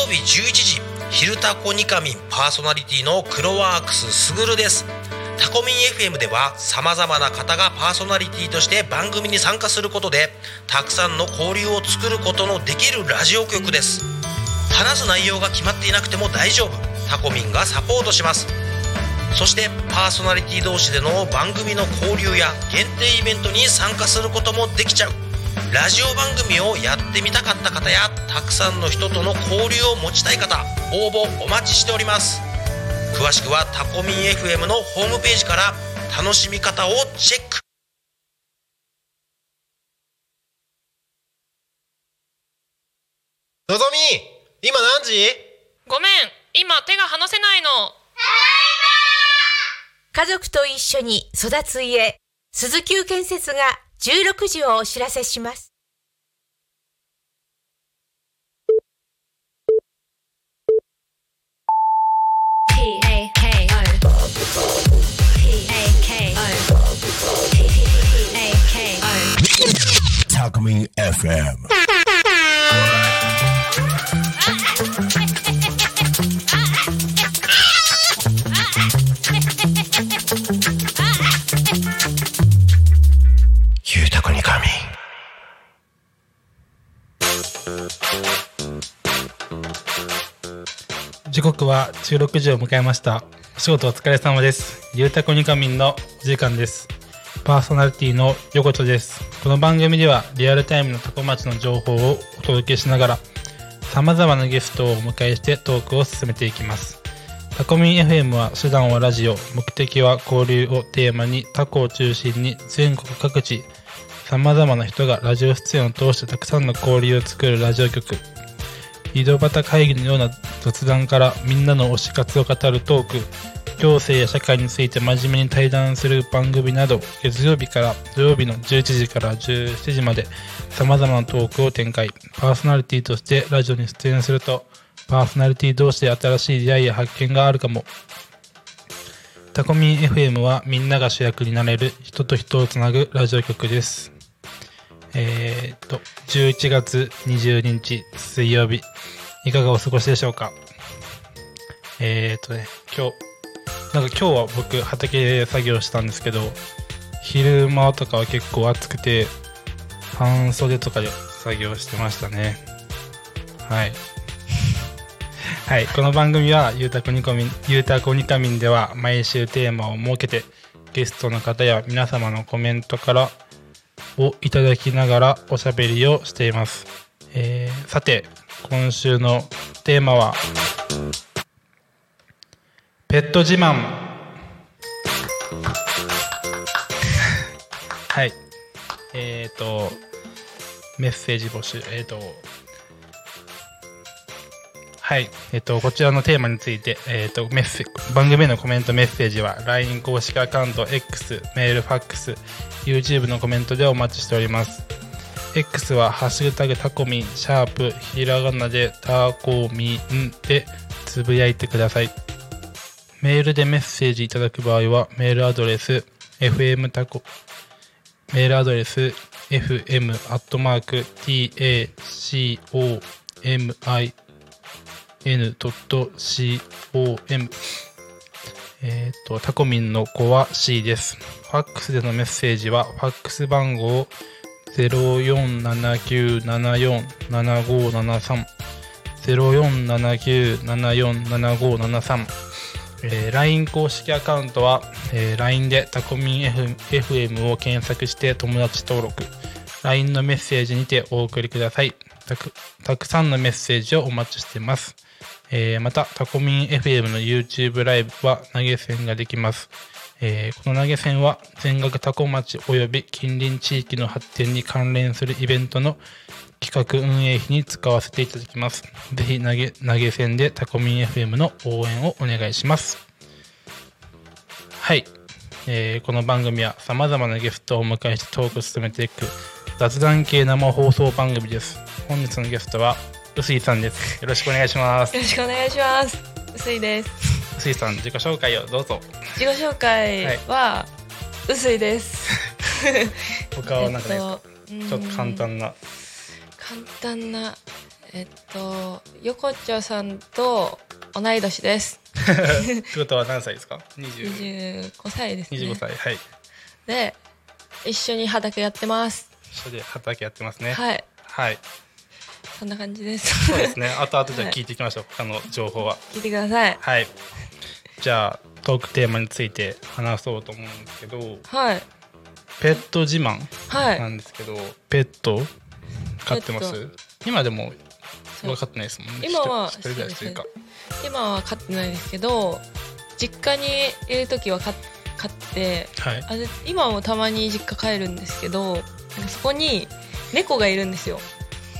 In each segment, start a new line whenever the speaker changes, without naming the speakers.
日11時、昼タコニカミンパーソナリティのクロワークスすぐるです。タコミン FM では様々な方がパーソナリティとして番組に参加することで、たくさんの交流を作ることのできるラジオ局です。話す内容が決まっていなくても大丈夫、タコミンがサポートします。そしてパーソナリティ同士での番組の交流や限定イベントに参加することもできちゃう。ラジオ番組をやってみたかった方や、たくさんの人との交流を持ちたい方、応募お待ちしております。詳しくはタコミン FM のホームページから楽しみ方をチェック。
のぞみ、今何時？
ごめん、今手が離せないの。
家族と一緒に育つ家、鈴木建設が16時をお知らせします。
タコミン FM。ゆうたこにかみ。
時刻は16時を迎えました。お仕事お疲れ様です。ゆうたこにかみんの時間です。パーソナリティの横田です。この番組ではリアルタイムのタコ町の情報をお届けしながら、様々なゲストをお迎えしてトークを進めていきます。タコミン FM は手段はラジオ、目的は交流をテーマに、タコを中心に全国各地様々な人がラジオ出演を通してたくさんの交流を作るラジオ局。井戸端会議のような雑談からみんなの推し活を語るトーク、行政や社会について真面目に対談する番組など、月曜日から土曜日の11時から17時まで様々なトークを展開。パーソナリティとしてラジオに出演すると、パーソナリティ同士で新しい出会いや発見があるかも。タコミン FM はみんなが主役になれる人と人をつなぐラジオ局です。11月22日水曜日、いかがお過ごしでしょうか。今日は僕畑で作業したんですけど、昼間とかは結構暑くて半袖とかで作業してましたね。はいはい、この番組はゆうたこにかみんでは毎週テーマを設けて、ゲストの方や皆様のコメントからをいただきながらおしゃべりをしています。さて今週のテーマはペット自慢はい、メッセージ募集、はい、こちらのテーマについて、番組へのコメントメッセージは LINE 公式アカウント X、メール、ファックス、YouTube のコメントでお待ちしております。X はハッシュタグタコミン、ひらがなでタコミンでつぶやいてください。メールでメッセージいただく場合は、メールアドレス fm@tacomin.com、タコミンの5は C です。ファックスでのメッセージは、ファックス番号 0479747573 0479747573。LINE 公式アカウントは、LINE でタコミン FM を検索して友達登録。LINE のメッセージにてお送りください。たくさんのメッセージをお待ちしています。またタコミン FM の YouTube ライブは投げ銭ができます。この投げ銭は全額タコ町及び近隣地域の発展に関連するイベントの企画運営費に使わせていただきます。ぜひ投げ銭でタコミン FM の応援をお願いします。はい、この番組は様々なゲストをお迎えしてトークを進めていく雑談系生放送番組です。本日のゲストは臼井さんです。よろしくお願いします。
よろしくお願いします。臼井です。
臼井さん、自己紹介をどうぞ。
自己紹介は臼井です。
他は何かないですか？ちょっと簡単な
横丁さんと同い年です。
ってことは何歳ですか
25歳ですね。
25歳、はい。
で一緒に畑やってます。
一緒で畑やってますね。
はい、
はい。
そんな感じです。
そうですね。あとじゃあ聞いていきましょう、他の情報は。
聞いてください。
はい。じゃあトークテーマについて話そうと思うんですけど、
はい、
ペット自慢
はい、
なんですけど、ペット飼ってます？
ペッ
今でも
そう
分かってないですもんね。
今は
一人暮らしというか。
今は飼ってないですけど、実家にいる時は飼って
はい。
で今もたまに実家帰るんですけど、なんかそこに猫がいるんですよ。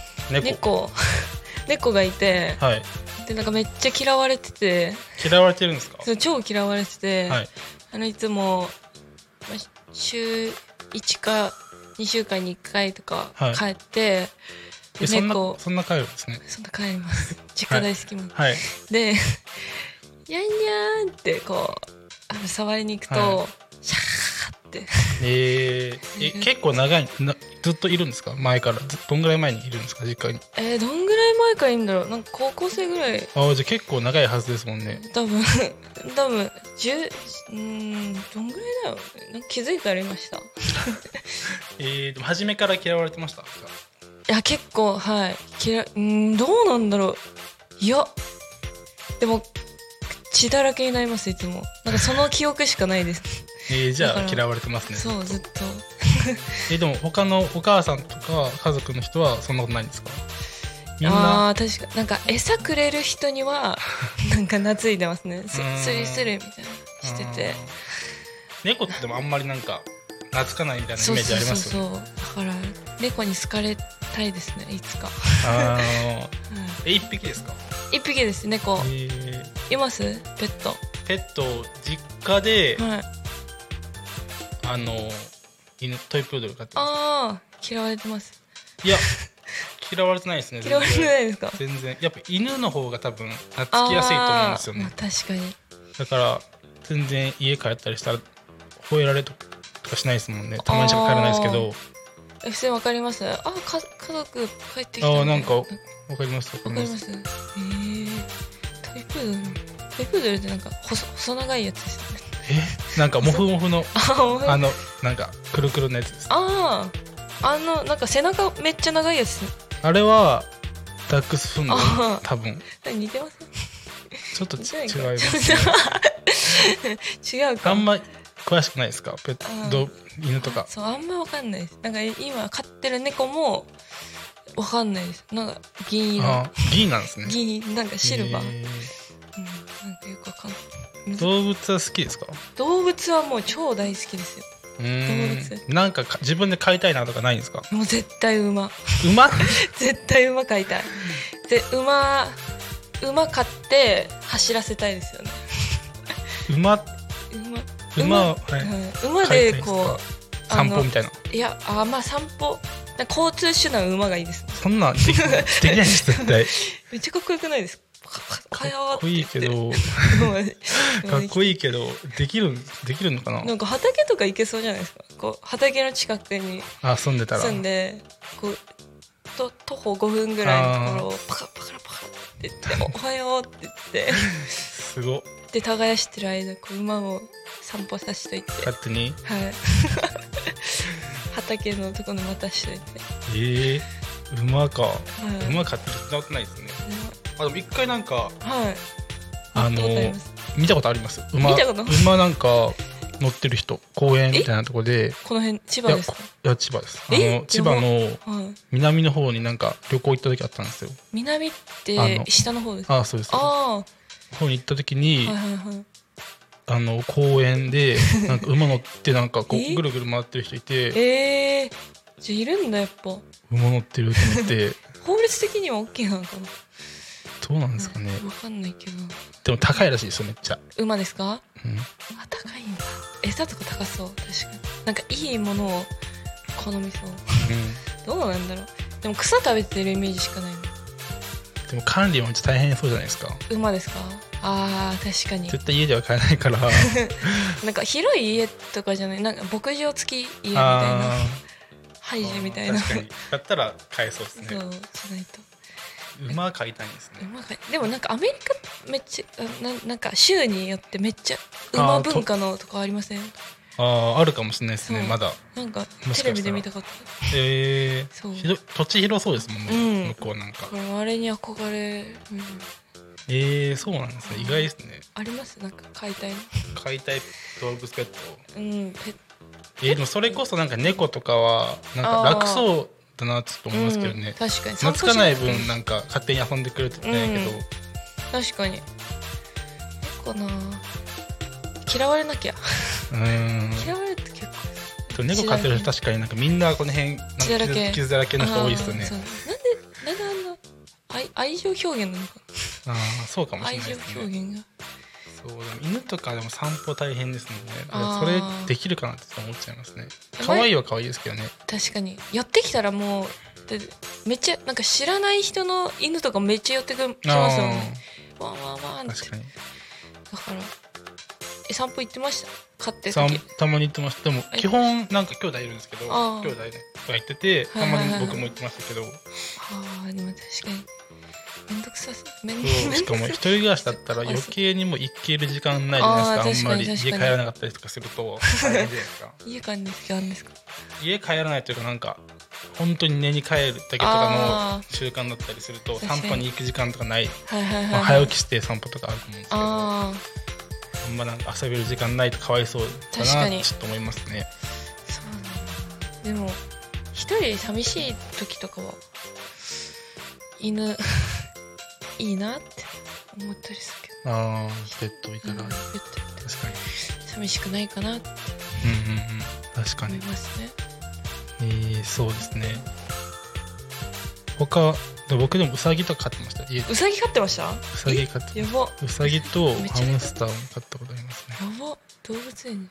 猫がいて、
はい。
でなんかめっちゃ嫌われてて、
嫌われてるんですか？
そう超嫌われてて、
はい。
いつも、週1か2週間に1回とか
はい
帰って、で
そん
猫
な帰るんですね。
そんな帰ります実家大好きもん、
はい。
でにゃんにゃーんってこう触りに行くと、
は
シャーって
結構長いずっといるんですか？前からどんぐらい前にいるんですか？実家に。
どんぐらい前からいいんだろう。なんか高校生ぐらい。
じゃあ結構長いはずですもんね。
多分どんぐらいだよ。なんか気づいたらいました。
でも初めから嫌われてました？
いや結構はいどうなんだろう。いやでも血だらけになります。いつもなんかその記憶しかないです。
じゃあ嫌われてますね。
そうずっと
でも他のお母さんとか家族の人はそんなことないんですか？みんな
確かなんか餌くれる人にはなんか懐いてますね。スリスリみたいなしてて、
猫ってでもあんまりなんか懐かないみたいなイメージありますよね。
そうだから猫に好かれたいですね、いつか。
一匹ですか？
一匹です。猫います？ペット
実家で、
はい、
犬トイプードル飼ってます。
嫌われてます。
いや嫌われてないですね。
嫌われてないですか？
全然やっぱ犬の方が多分懐きやすいと思うんですよね。
確かに。
だから全然家帰ったりしたら吠えられとかしないですもんね。たまにしか帰らないですけど。
普通にわかります。家族帰ってきた。
なんかわかります。
トイプードルってなんか細長いやつですよね。
なんかモフモフのなんかくるくるのやつです。
なんか背中めっちゃ長いやつ。
あれはダックスフンド多分。
似てます？
ちょっと違いますね。
違うか。
あんま詳しくないですか？ペット犬とか。
そうあんまわかんないです。なんか今飼ってる猫もわかんないです。なんか銀色。
銀なんですね。
銀なんかシルバー。なんかよくわかんない。
動物は好きですか？
動物はもう超大好きですよ。動物
なんか自分で飼いたいなとかないんですか？
もう絶対馬絶対馬飼いたい。で馬飼って走らせたいですよね。馬でこう
散歩みたいな。
いや散歩交通手段馬がいいです。
そんなんできないです絶対。
めっちゃかっこよくないですか？
かっこいいけどできるのかな。
なんか畑とか行けそうじゃないですか。こう畑の近くに
住んで
こう徒歩5分ぐらいのところをパカパカパカって言っておはようって言って
すごっ。で
耕してる間こう馬を散歩させといて
勝手に
畑のところに渡しといて。
馬か、馬飼ってるってなってないですね。でも一回なんか見たことあります。馬なんか乗ってる人公園みたいなところで。
この辺千葉ですか？
いや千葉です。千葉の南の方になんか旅行行った時あったんですよ。
南って下の方ですか？
そうです。方に行った時に公園でなんか馬乗ってなんかこうぐるぐる回ってる人いて
じゃあいるんだやっぱ。
馬乗ってると思って
法律的には OK なのかな。
どうなんですかね。
わかんないけど。
でも高いらしいですよめっちゃ。
馬ですか？
高
いんだ。餌とか高そう。確かになんかいいものを好みそう。どうなんだろう。でも草食べてるイメージしかないの。
でも管理もめっちゃ大変そうじゃないですか。
馬ですか？確かに。
絶対家では飼えないから
なんか広い家とかじゃない、なんか牧場付き家みたいなハイジみたいな。
確かにだったら飼えそうですね。
そうじゃないと。
馬飼いたいんですね。
馬がでもなんかアメリカめっちゃなんか州によってめっちゃ馬文化のとこありません？
あるかもしれないですね。
そう
まだ
なんか
もしかしたら
テレビで見たかった。そう
土地広そうですもんね、向こうなんか。
これあれに憧れ、
そうなんですね。意外ですね。
あります？なんか飼いたいの？
飼いたい動物ペット。
ペ
でもそれこそなんか猫とかはなんか楽そうだなってちょっと思いますけどね。
確かに
懐かない分なんか勝手に遊んでくれるって言ってないけど、
確かに猫な嫌われなきゃ嫌われるって結構
猫飼ってる人確かになんかみんなこの辺なんか傷だらけの人多いですよね。
なんであんな愛情表現なのかな。
そうかもしれ
愛情
ないですね。
表現が
そうでも犬とかでも散歩大変ですもんね。だからそれできるかなって思っちゃいますね。可愛いは可愛いですけどね。
確かに寄ってきたらもうめっちゃなんか知らない人の犬とかめっちゃ寄ってきますよね。ワンワンワンって。
確かに。
だから散歩行ってました。飼って
たまに行ってました。でも基本なんか兄弟いるんですけど、兄弟が行っててたまに僕も行ってましたけど。
でも確かにめんどくさし
かも一人暮らしだったら余計にも行ける時間ないじゃないですか。あんまり家帰らなかったりとかすると大変じゃないですか。
家帰るんですか？家
帰らないというかなんか本当に寝に帰るだけとかの習慣だったりすると散歩に行く時間とかない。早起きして散歩とかあると思うんですけど、あんまなんか遊べる時間ないとかわいそうだなってちょっと思いますね。
そうなんだ。でも一人寂しい時とかは犬いいなって思ったりするけど。
ペットいたら、確かに
寂しくないかなって
確かに
思いますね。
そうですね。僕でもウサギとか飼ってました。
ウサギ飼ってました？
ウサギ飼って
やば。
ウサギとハムスターも飼ったことありますね。
やば。動物園に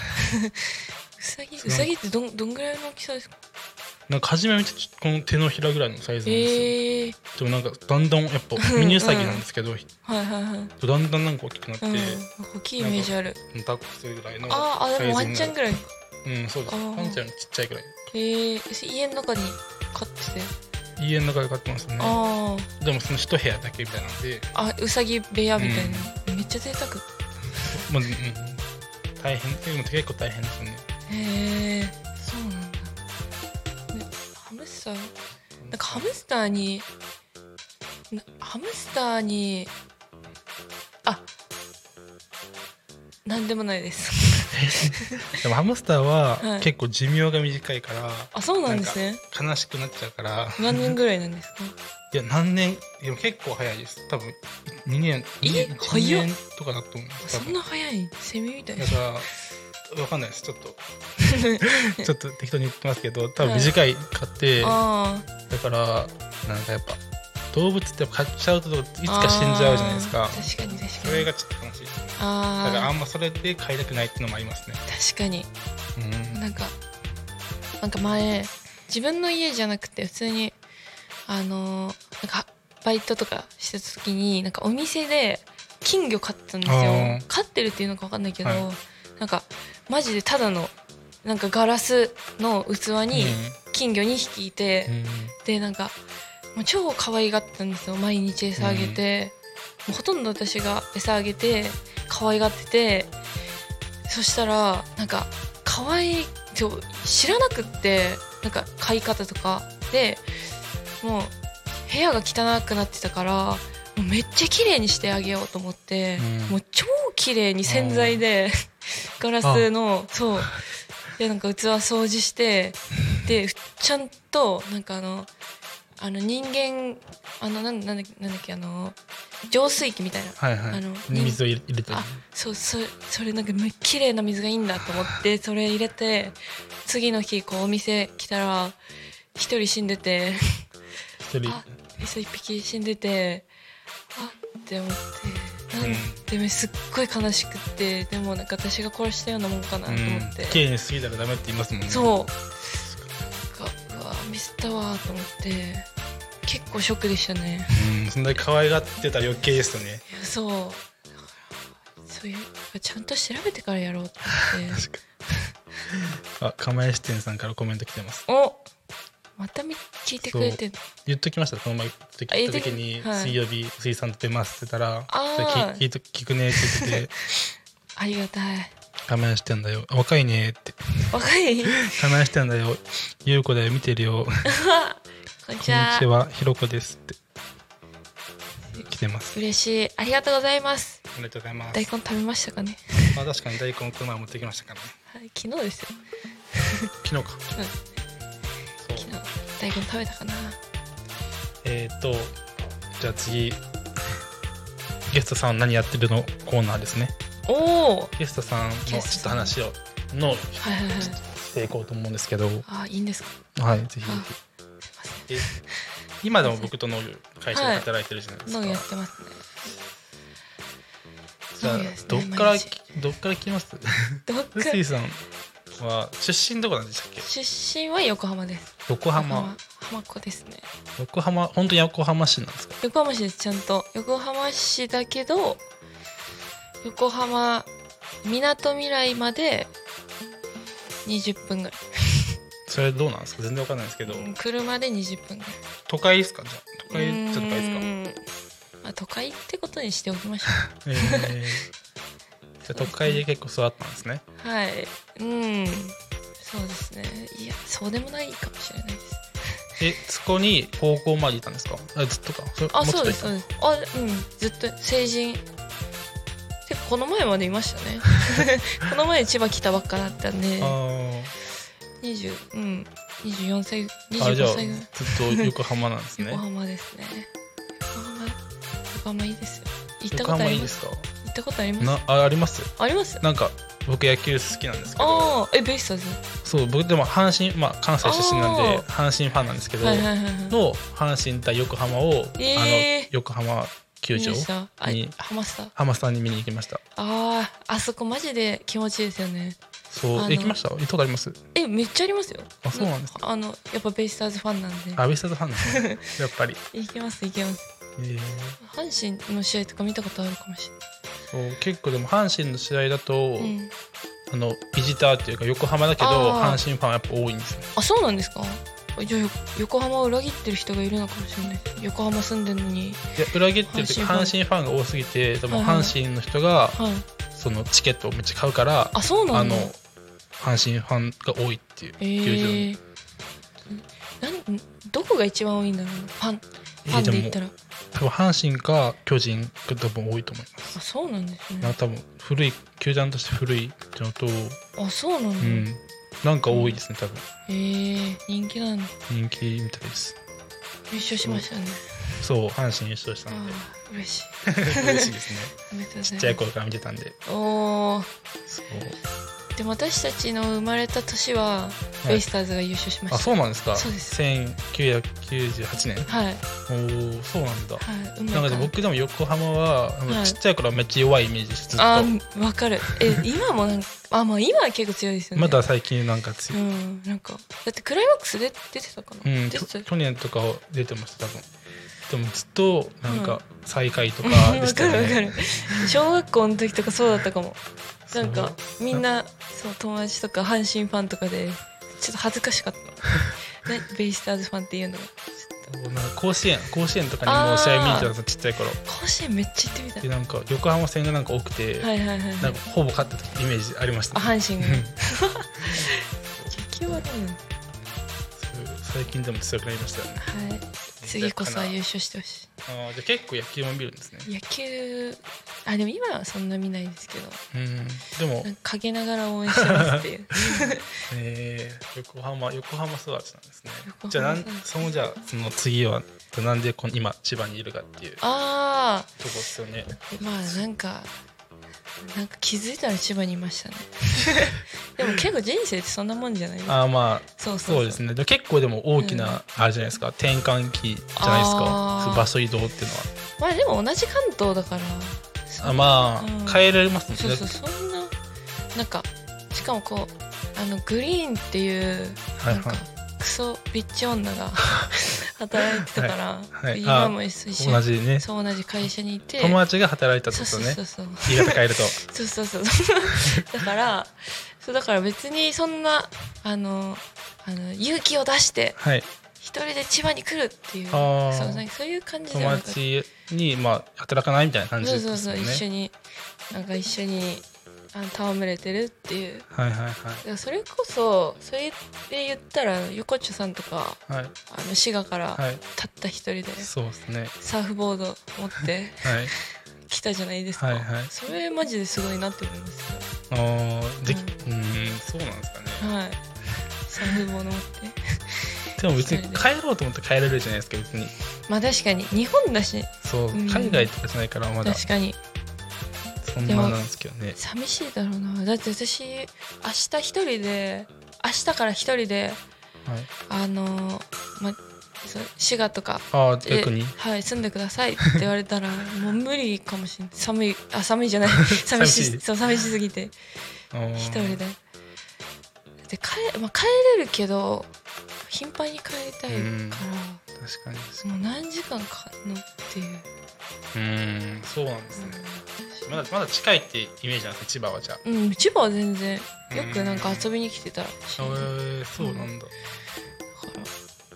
ウサギってどんぐらいの大きさですか？
なんか初めめっちゃこの手のひらぐらいのサイズなんですよ。でもなんかだんだんやっぱミニウサギなんですけどだんだんなんか大きくなって、
大きいイメージある。
抱っこするぐらいの
サイズになる。でもワンちゃんぐらい。
そうです。ワンちゃんちっちゃいぐらい。
家の中に飼ってて。
家の中で飼ってますね。でもその一部屋だけみたいなんで。
ウサギ部屋みたいな。めっちゃ贅沢。
大変。でも結構大変ですね。
そうなんだ。ハムスターなんかハムスターになんでもないです
でもハムスターは結構寿命が短いから、
そうなんですね。
悲しくなっちゃうから。
何年ぐらいなんですか？
いや何年でも結構早いです。多分2年1年とかだと思う。
そんな早い？セミみたいな。
だから分かんないです。ちょっと適当に言ってますけど多分短いかって、だからなんかやっぱ動物って飼っちゃうといつか死んじゃうじゃないですか。
確かに
それがちょっと悲しい。だからあんまそれで飼いたくないっていうのもありますね。
確かに、なんか前自分の家じゃなくて普通になんかバイトとかしてた時になんかお店で金魚飼ったんですよ。飼ってるっていうのか分かんないけど、なんかマジでただのなんかガラスの器に金魚2匹いて、でなんかもう超可愛がったんですよ。毎日餌あげて、もうほとんど私が餌あげて可愛がってて、そしたらなんか可愛い知らなくってなんか飼い方とかでもう部屋が汚くなってたからもうめっちゃ綺麗にしてあげようと思って、もう超綺麗に洗剤でガラスのでなんか器掃除してでちゃんとなんか人間なんだっけ浄水器みたいな、
水を入れて
それなんか綺麗な水がいいんだと思ってそれ入れて次の日こうお店来たら一人死んでて一匹死んでてって思ってでもすっごい悲しくってでもなんか私が殺したようなもんかなと思って
綺麗に過ぎたらダメって言いますもんね。
ミスったわと思って結構ショックでしたね。
そんなに可愛がってたら余計ですよね。
そういうちゃんと調べてからやろうって思って
釜石店さんからコメント来てます。
また聞いてくれてる。
言っときました。この前来た時に
はい
水曜日水さんと出ますって言ったら、
あー
それ聞くねって言ってて
ありがたい。
画面してんだよ。若いねって。
若い。
画面してんだよ。ゆうこだよ見てるよ。
こんに
こんに
ちは
ち。はひろこですって来てます。
嬉しい。ありがとうございます。
ありがとうございます。
大根食べましたかね。
まあ確かに大根この前持ってきましたからね。
はい、昨日ですよ。
昨日か。
うん
そう
昨日大根食べたかな。
じゃあ次ゲストさん何やってるのコーナーですね。
おお。
ゲストさんのちょっと話をの
はいはいはい。
していこうと思うんですけど、
あ、いいんですか。
はい、ぜひぜ
あ
ひ。今でも僕と農業会社で働いてるじゃないですか。
農業やってますね。
じゃあ
農業ですね
どっから
毎日
どっから来ます？
どっか
臼井さんは出身どこなんでしたっけ？
出身は横浜です。
横浜。
浜っ子ですね。
横浜、本当に横浜市なんですか？
横浜市です。ちゃんと横浜市だけど、横浜みなとみらいまで20分ぐらい。
それどうなんですか？全然わかんないですけど、
車で20分ぐらい。
都会ですか？じゃあ都会っちゃ都会ですか？
まあ、都会ってことにしておきましょ
じゃあ都会で結構育ったんですね。
う。はい。うん。そうですね。いや、そうでもないかもしれないです。
そこに高校までいたんですか？あ、ずっとか。
あ、そうです、
も
そううです。あ、うん。ずっと成人。てかこの前までいましたね。この前千葉来たばっかだったんで、24歳、
あ、じゃあ
25歳ぐらい。
ずっと横浜なんですね。
横浜ですね。横浜いいですよ。行った
横
ことありま。
浜いいですすか？
行ったことあります。
あります。
あります。
なんか僕野球好きなんですけど、
ああ、ベイスターズ。
そう僕でも阪神、まあ関西出身なんで
あー
阪神ファンなんですけど、
はいはいはいはい。
の阪神対横浜を、横浜球場
見ましたあ
に
ハマスター。
浜さんに見に行きました。
ああ、あそこマジで気持ちいいですよね。
そう行きました。行ったことあります？
めっちゃありますよ。
あ、そうなんですか。
やっぱベイスターズファンなんで。
アビスターズファンですね。やっぱり。
行けます行けます。阪神の試合とか見たことあるかもし
そう結構でも阪神の試合だと、
れない。うん。
ビジターっていうか横浜だけど
あー
阪神ファンはやっぱ多いんですよ。
あ、そうなんですか。じゃあ横浜を裏切ってる人がいるのかもしれない。横浜住んでるのに。
いや裏切ってるというか阪神ファンが多すぎて、多分阪神の人が
はい。
そのチケットをめっちゃ買うから、
あ、そうなんだ。
阪神ファンが多いっていう球場に。
どこが一番多いんだろうな。ファンで言ったら。
多分阪神か巨人が多分多いと思います。
あ、そうなんですね。
多分古い球団として古いってのと、
あ、そうなんだ。
なんか多いですね多分。
人気なんだ。
人気みたいです。
優勝しましたね。
そう阪神優勝した
あ
ので
ー嬉しい。
嬉しいですね。
おめでとうございます。
ちっちゃい頃から見てたんで。
おー。
そう。
でも私たちの生まれた年はベイスターズが優勝しました。
あ、そうなんですか。
そうです
1998年。
はい。
おお、そうなんだ。
はい。
なんかで僕でも横浜は、
はい
ちっちゃい頃はめっちゃ弱いイメージです。ずっと。
あー、わかる。今もなんか、まあ今は結構強いですよね。
まだ最近なんか強い。
なんかだってクライマックスで出てたかな。出てた。
去年とか出てました多分。でもずっとなんか最下位とかで
わ
したよね。
かるわかる。小学校の時とかそうだったかも。なんかみんなそう友達とか阪神ファンとかでちょっと恥ずかしかったね、ベイスターズファンっていうのが
なんか甲子園とかにも試合見に行ってたんですよちっちゃい頃。
甲子園めっちゃ行ってみたい。
でなんか横浜戦がなんか多くて、
はいはいはい、はい、
なんかほぼ勝ってたイメージありました、
あ、阪神が野球はね、
最近でも強くなりましたよね。
はい、次こそは優勝してほしい。
じゃあ結構野球も見るんですね。
野球でも今はそんな見ないですけど、
でも
なんか陰ながら応援してますっていう
横浜育ちなんですね。
横浜
じゃあその次はなんで今千葉にいるかっていうとこですよね。
まあなんか気づいたら千葉にいましたねでも結構人生ってそんなもんじゃないですか。
まあそうですね。で結構でも大きなあれじゃないですか、転換期じゃないですか、場所移動っていうのは。
まあでも同じ関東だから
変えられますね。
そうそんななんかしかもこうグリーンっていうなんかクソビッチ女が働いてたから今も一緒
同じね、
そう同じ会社にいて
友達が働いたってことね。
そう
言い方変えると
そうだから別にそんな勇気を出して一人で千葉に来るっていう、
あー
そうなんかそういう感じで
友
はなかった。
達に働かないみたいな感じ
そう
ですよね。
そうそう、一緒に戯れてるっていう。
はいはいはい
だからそれこそそれで言ったら横丁さんとか
はい
滋賀から
はい。
たった一人で
そうですね。
サーフボード持って
はい
来たじゃないですか、
はいはい。
それマジですごいなって思います
あーできそうなんですかね。
よ。はい、サーフボード持って
でも別に
一人で
帰ろうと思って帰れるじゃないですか別に。
まあ確かに日本だし、
そう
うん
海外とかじゃないからまだ
確かに
そんななんですけどね。
寂しいだろうな。だって私明日から一人で
はい。
そう滋賀とか
ああ
で
逆に。
はい、住んでくださいって言われたらもう無理かもしれない。寒いじゃない寂しすぎて一人で帰れるけど頻繁に帰りたいから、
確かに。
もう何時間かかんのっていう、
そうなんですね。まだ近いってイメージなんですね千葉はじゃあ。
千葉は全然よくなんか遊びに来てたし、
そうなんだ。
から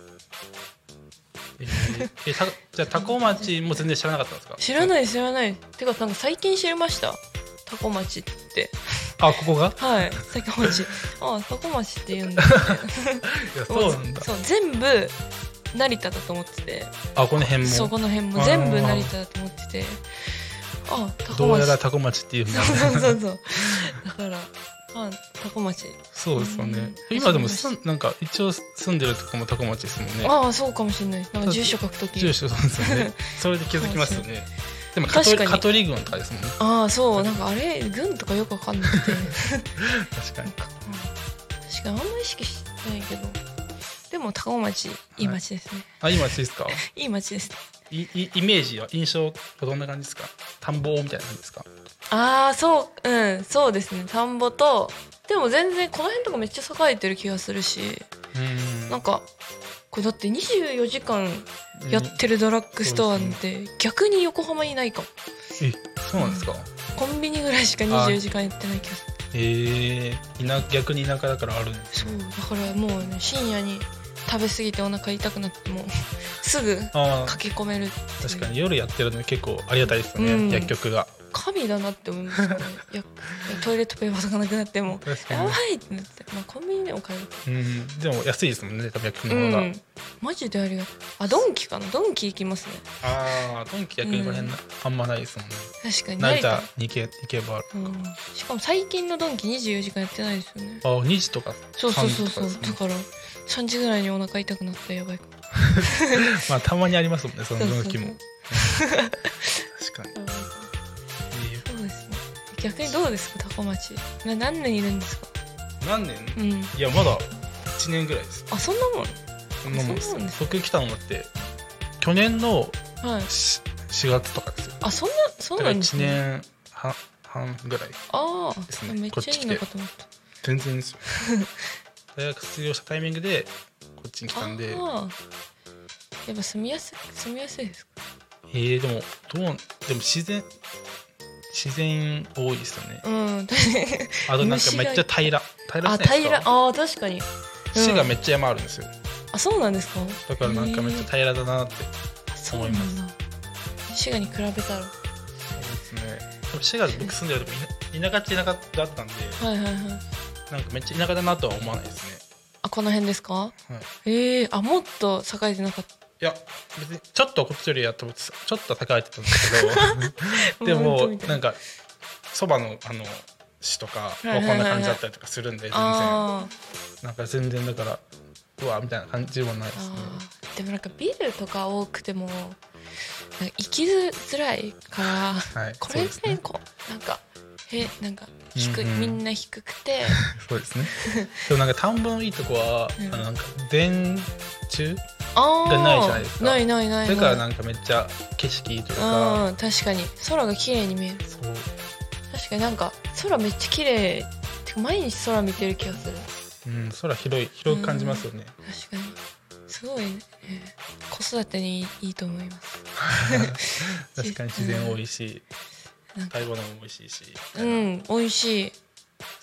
じゃあ多古町も全然知らなかったんですか？
知らないてかなんか最近知りました、多古町って
あここが？
はい、多古町多古町って言うんだみたいない
やそうなんだ。
そう全部成田だと思ってて、
あこの辺も。
そこの辺も全部成田だと思ってて、多古町
どうやら多古町っていう
そうだから多古町。
そうですよね。今でもなんか一応住んでるとこも多古町ですもんね。
そうかもしれない。なんか住所書くとき
住所そうですよね。それで気づきますよね。でも
確かに
香取郡とかですもんね。
そうなんかあれ郡とかよくわかんなくて
確かに。
確かにあんまり意識してないけど、でも多古町いい町ですね、
いい町ですか？
いい町です。
イメージは印象はどんな感じですか？田んぼみたいな感じですか？
そうですね。田んぼと、でも全然この辺とかめっちゃ栄えてる気がするし、なんかこれだって24時間やってるドラッグストアって逆に横浜にないかも。
そうなんですか？
コンビニぐらいしか24時間やってない気がする。
逆に田舎だからあるんです。
そうだからもうね、深夜に食べ過ぎてお腹痛くなってもすぐ駆け込めるっていう。
確かに夜やってるの結構ありがたいですよね、薬局が。
神だなって思いますねトイレットペーパーとかなくなってもやばいってなって、コンビニでも買える。
でも安いですもんね多分薬局の方が。
マジでありがたい。ドンキかな、ドンキ行きますね。
ドンキ逆にこの辺あんまないですもんね。
確かに
成田に行けばある。
しかも最近のドンキ24時間やってないですよね。
2時とか
そうだから3時ぐらいにお腹痛くなったらやばいかも
たまにありますもんねそのドンキも。確かに。
そうですね。逆にどうですか多古町、何年いるんですか？
何年？いやまだ1年ぐらいです。
そんなもん。
そんなもんです。僕来たのだって去年の4月とかですよ。
そうなんですね。
1年半ぐらいですね。
めっちゃいいのかと思った。
全然ですよ。大学卒業したタイミングでこっちに来たんで。や
っぱ住みやすいですか？
でも自然多いですよね。あとなんかめっちゃ平らじゃないですか。
確かに。
市がめっちゃ山あるんですよ。
そうなんですか？
だからなんかめっちゃ平らだなって思います。
滋賀に比べたら。
そうですね。滋賀で僕住んでるとこ田舎だったんで、なんかめっちゃ田舎だなとは思わないですね。
この辺ですか？もっと栄えてなかった。
いや別にちょっとこっちよりちょっと栄えてたんですけどでもなんかそばの市とかこんな感じだったりとかするんで全然だからうわみたいな感じもないですね。
でもなんかビルとか多くても行きづらいから、これねなんかみんな低くて
そうですね。でもなんか田んぼのいいとこはなんか電柱がないじゃないですか。ないだからなんかめっちゃ景色いいというか。
確かに空が綺麗に見える。確かになんか空めっちゃ綺麗。毎日空見てる気がする。
空広く感じますよね。
確かにすごいね。子育てにいいと思います。
確かに自然多いし食べ物も美味しいし。
美味しい。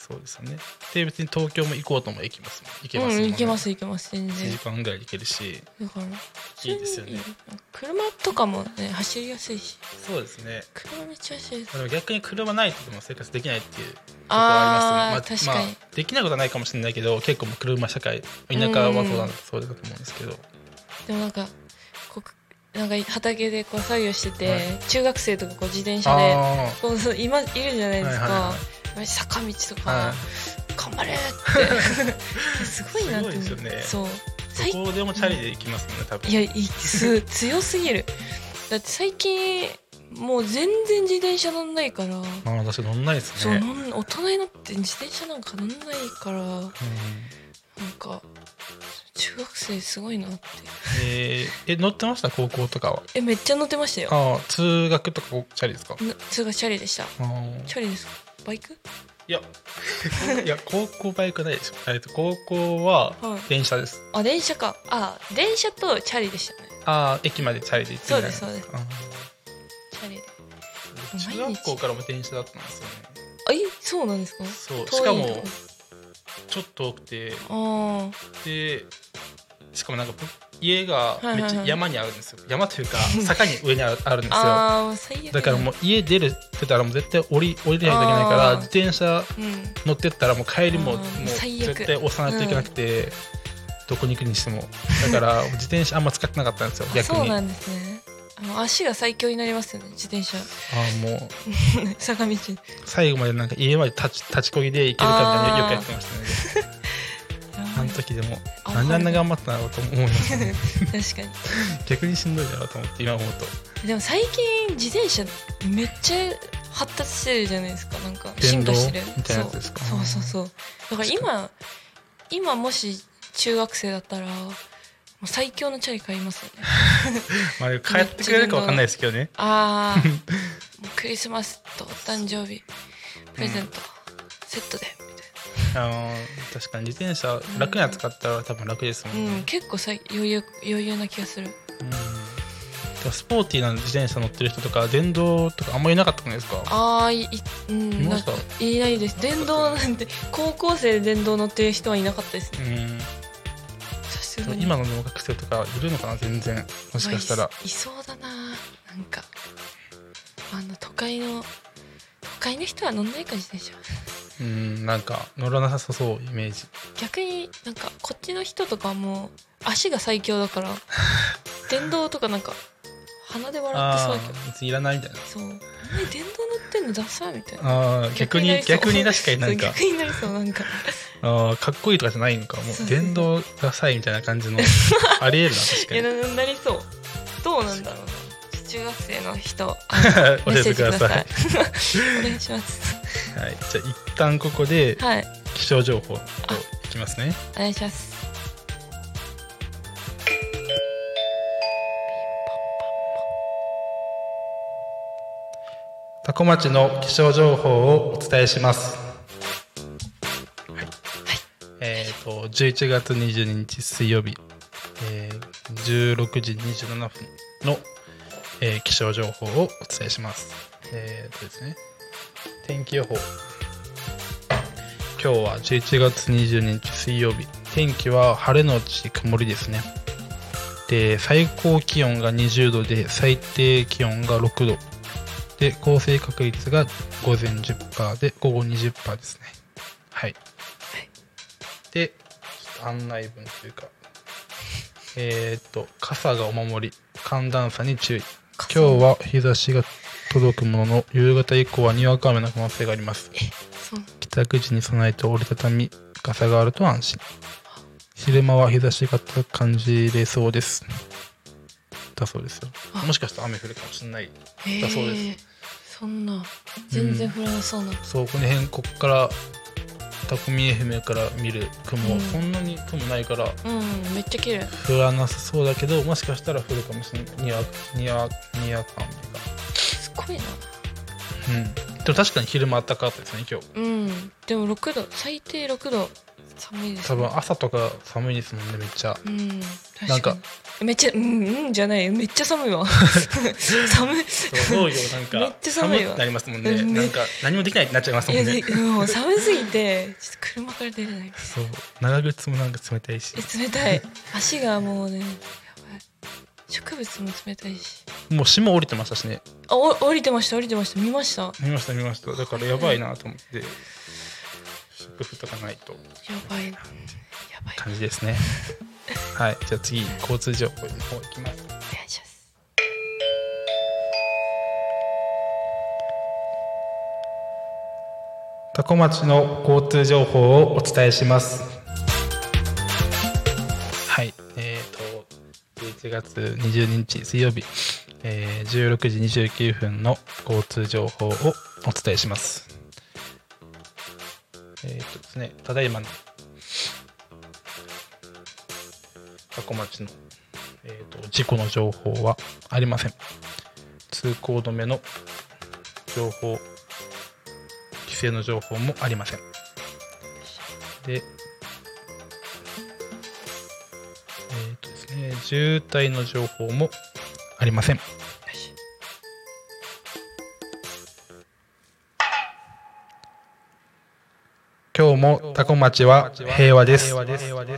そうですよね。で別に東京も行こうとも行けますもん。行けますもんね。
行けます全
1
然。
時間ぐらいで行けるし、
だから
いいですよね。
車とかもね走りやすいし。
そうですね。
車めっちゃ走りやすい。
でも逆に車ないとでも生活できないっていうところはありますね。
確かに、
できないことはないかもしれないけど、結構もう車社会、田舎はそうだと思うんですけど。
でもなんか畑でこう作業してて、中学生とかこう自転車でこう今いるじゃないですか。坂道とか、頑張れってすごいなって。
すごいですよね。
そう。
どこでもチャリで行きますもんね、多分。
いや強すぎる。だって最近もう全然自転車乗んないから。
私乗んないです
そう
ね。
大人になって自転車なんか乗んないから、なんか中学生すごいなって。
乗ってました高校とかは？
めっちゃ乗ってましたよ。
通学とかチャリですか？
通学チャリでした。チャリですか？バイク？
いや高校バイクないでしょ。高校は電車です。
電車か。電車とチャリでしたね。
駅までチャリで行って
そうですそうです。チャリで。
中学校からも電車だったんですよね。
そうなんですか？
そう。しかもちょっと多くて、でしかもなんか家がめっちゃ山にあるんですよ。山というか坂に上にあるんですよ。だからもう家出たらもう絶対降りないといけないから自転車乗ってったらもう帰りも絶対押さないといけなくて、どこに行くにしても。だから自転車あんま使ってなかったんですよ逆に。
そうなんですね。足が最強になりますよね自転車。
もう
坂道
最後までなんか家まで立ちこぎで行けるかみたいなよくやってましたね。あの時でもなんであんな頑張ったんだろうと思いますね。
確かに
逆にしんどいだろうと思って今思うと。
でも最近自転車めっちゃ発達してるじゃないですか。なんか進化してる
みたいなやつですか？
そうだから今もし中学生だったらもう最強のチャリ買いますよね。
帰ってくれるか分かんないですけどね。
もうクリスマスと誕生日プレゼントセットで
確かに自転車楽に扱ったら多分楽ですもんね。
結構余裕な気がする。
スポーティーな自転車乗ってる人とか電動とかあんまりいなかったんですか？
いました？いないです。電動なんて高校生で電動乗ってる人はいなかったですね。
今の学生とかいるのかな？全然もしかしたら
いそうだな。なんか都会の人は乗んないか自転車。
なんか乗らなさそうイメージ。
逆になんかこっちの人とかも足が最強だから電動とかなんか鼻で笑ってそうだけど
別にいらないみたいな。
そう電動乗ってんのダサみたいな。
逆に確かになんか
逆になりそう。なんか
かっこいいとかじゃないのか。もう電動ダサいみたいな感じのありえるな確かに。
いやなりそう。どうなんだろうな。中学生の人
教えてください。
お願いします。
はい、じゃあ一旦ここで気象情報といきますね。
お願いします。
多古町の気象情報をお伝えします。11月22日水曜日、16時27分の、気象情報をお伝えします。ですね、天気予報。今日は11月22日水曜日、天気は晴れのち曇りですね。で、最高気温が20度で最低気温が6度で、降水確率が午前 10% で午後 20% ですね。はい。で、案内文というか、傘がお守り、寒暖差に注意。今日は日差しが届くものの、夕方以降はにわか雨の可能性があります。帰宅時に備えて折りたたみ傘があると安心。昼間は日差しが感じれそうです。だそうですよ。もしかしたら雨降るかもしれないだそうです。
そんな全然降らなそうな、
そう、この辺こっからタコミ FM から見る雲、そんなに雲ないから、
めっちゃ綺麗。
降らなさそうだけど、もしかしたら降るかもしれない。にわか雨が
すごいな。
でも確かに昼間暖かかったですね今日。
でも6度、最低6度。 寒いです、
多分朝とか寒いですもんね、めっちゃ。
うん
なんか
確かにめっちゃじゃないよ、めっちゃ寒いわ寒い
そうよ、なんか
めっちゃ寒いわ
くなりますもんね。
うん
なんか何もできないってなっちゃいますもんね。
もう寒すぎてちょっと車から出れない
そう、長靴もなんか冷たいし、
冷たい足がもうねやばい、植物も冷たいし、
もう霜降りてましたしね。
降りてました見ました。
見ました。だからやばいなと思って、食服とかないと
やばいな、やばい、
感じですね。はい、じゃあ次交通情報の方いきます。
お願いします。
多古町の交通情報をお伝えします。はい、11月22日水曜日、16時29分の交通情報をお伝えします。ですね、ただいまの多古町の、事故の情報はありません。通行止めの情報、規制の情報もありません。で、ですね、渋滞の情報もありません。今日も多古町は平和です。
すごいエコ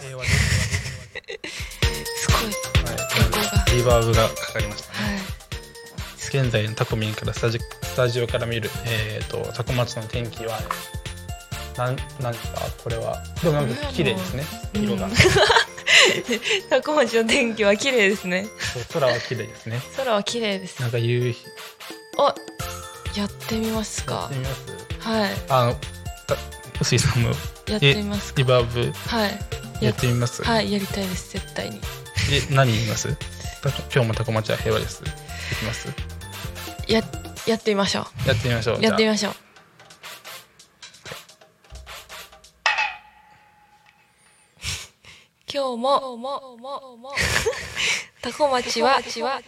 ーが、
リバーブがかかりましたね。
はい、
現在のタコミンからスタジオから見る、多古町の天気はなんかこれはでもなんか綺麗ですね、色が。
多古町の天気は綺麗ですね。
そう、空は綺麗ですね。
空は綺麗です。
なんか夕日
やってみます
や
か
って。みます。
はい、
臼井さんも
やってみますか。
リバーブ
はい
やってみます。
はい、やりたいです、絶対に。
何言います？今日も多古町は平和です。いきます。
やってみましょう。
やってみましょう。
やってみましょう。今日も多古町は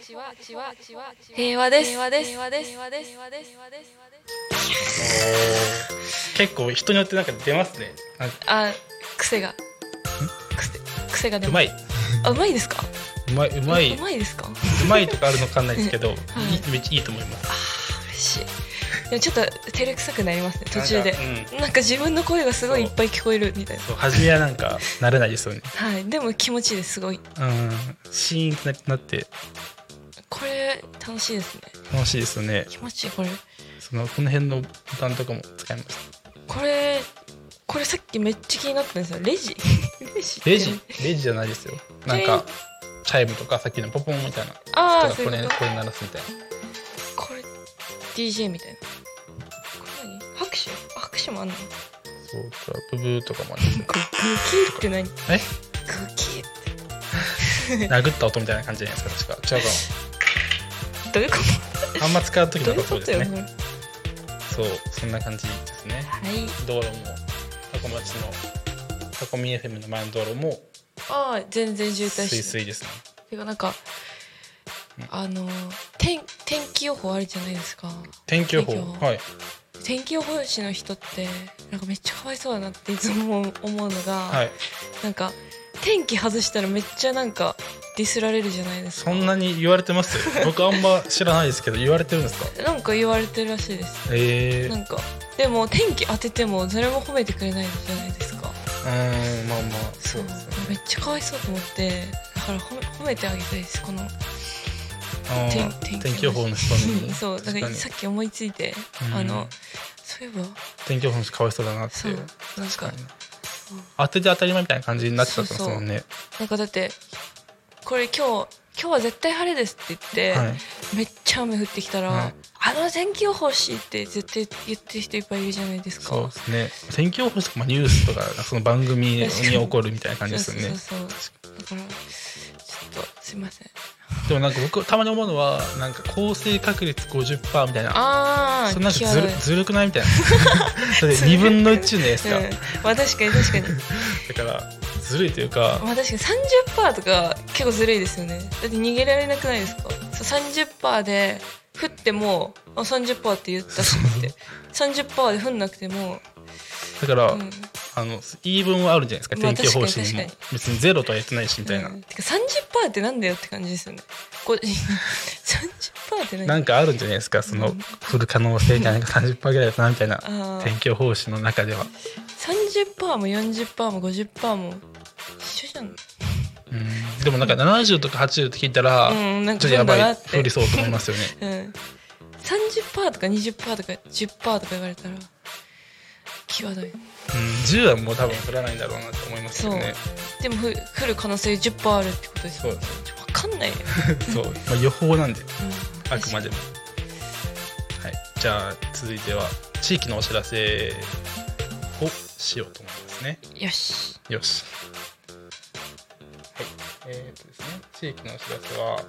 平和です。
結構人によってなんか出ますね。
癖が出ます。
うまい。
うまいですか？
うまい。
うまいですか？
うまいとかあるのかんないですけど、めっちゃいいと思います。
嬉しい。でもちょっと照れくさくなりますね、途中で。なんか自分の声がすごいいっぱい聞こえるみたいな。
そう、初めはなんか慣れないですよね。
はい、でも気持ちいいです、すごい。
シーンってなって。
これ楽しいですね。
楽しいですよね。
気持ちいい、これ。
この辺のボタンとかも使いました。
これさっきめっちゃ気になったんですよ。レジ
レジじゃないですよ。なんかチャイムとかさっきのポポンみたいな。これ鳴らすみたいな。
これ DJ みたいな。これ何？拍手もあんの？
そうか、ブブーとかもある。
グキーって何？グキーって
殴った音みたいな感じじゃないですか。確か違うか
も。どういうこと？
あんま使う時のことですね。
どういうことよ？
そう、そんな感じですね。
はい。
道路も多古町のタコミ FM の前の道路も
全然渋滞して
スイスイですね。
てかなんか天気予報あるじゃないですか。
天気予報、はい。
天気予報士の人ってなんかめっちゃかわいそうだなっていつも思うのが、
はい、
なんか天気外したらめっちゃなんかディスられるじゃないですか。
そんなに言われてます？僕あんま知らないですけど言われてるんですか？
なんか言われてるらしいです。なんかでも天気当てても誰も褒めてくれないじゃないですか。
まあ
そうですね。めっちゃかわいそうと思ってだから褒めてあげたいです、この
天気予報の人に。
そうだからさっき思いついてそういえば
天気予報の人かわいそうだなって。
そうなんか
当てて当たり前みたいな感じになっちゃってますもんね。
なんかだってこれ今日は絶対晴れですって言って、めっちゃ雨降ってきたら、天気予報士って絶対言ってる人いっぱいいるじゃないですか。
そうですね。天気予報士とかニュースとかその番組に起こるみたいな感じですよね。
そうだからちょっとすいません。
でもなんか僕たまに思うのはなんか降水確率 50% みたいな。それなんかずるくないみたいな。2分の1じゃないですか。
確かに
だからずるいというか、
確かに 30% とか結構ずるいですよね。だって逃げられなくないですか。30% で降っても30% って言ったしって30% で降んなくても
だから、 言い分はあるじゃないですか、
まあ
天気予報士にも
確かに
別にゼロとは言ってないしみたいな、
てか 30% ってなんだよって感じですよね。30% って何？
なんかあるんじゃないですか、その降る可能性じゃないか30%ぐらいだなみたいな、
ー
天気予報士の中では。
30% も 40% も 50% も一緒じゃん。
でもなんか70とか80って聞いたら、
なんか
ちょっとやばい
そうだなって
降りそうと思いますよね。
30% とか 20% とか 10% とか言われたら際どい。
10はもう多分降らないんだろうなと思いますよね。
でも降る可能性 10% あるってことですよね。分かんないよ。
そう、まあ、予報なんで、あくまでも。はい、じゃあ続いては地域のお知らせをしようと思いますね。
よし。
よし。はい、ですね、地域のお知らせは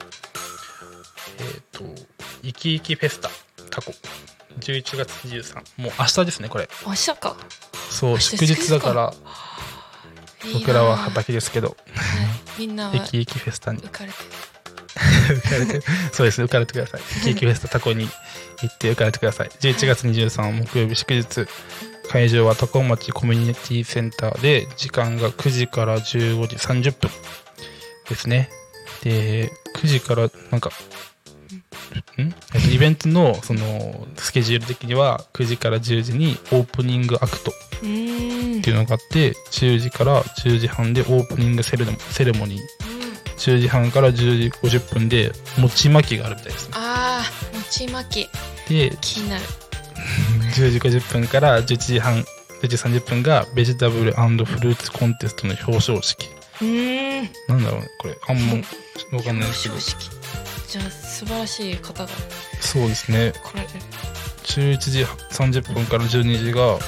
いきいきフェスタ過去11月23、もう明日ですねこれ。
明日か。
そう、
明日
祝日だから
いいな。
僕らは畑ですけど、
みんなはい
きいきフェスタに
浮かれて
浮かれてそうです、浮かれてください。いきいきフェスタタコに行って浮かれてください。11月23木曜日祝日、会場は多古町コミュニティセンターで、時間が9時から15時30分ですね。で9時からなんかイベントのそのスケジュール的には9時から10時にオープニングアクトっていうのがあって、10時から10時半でオープニングセレモニー、10時半から10時50分で餅巻きがあるみたいですね。
ああ、餅巻き
で
気になる。
10時50分から11時半11時30分がベジタブル&フルーツコンテストの表彰式。なんだろうねこれ、あんま分かんないですけど。
表彰式。じゃあ素晴らしい方が
そうですね。
来られる。
11時30分から12時が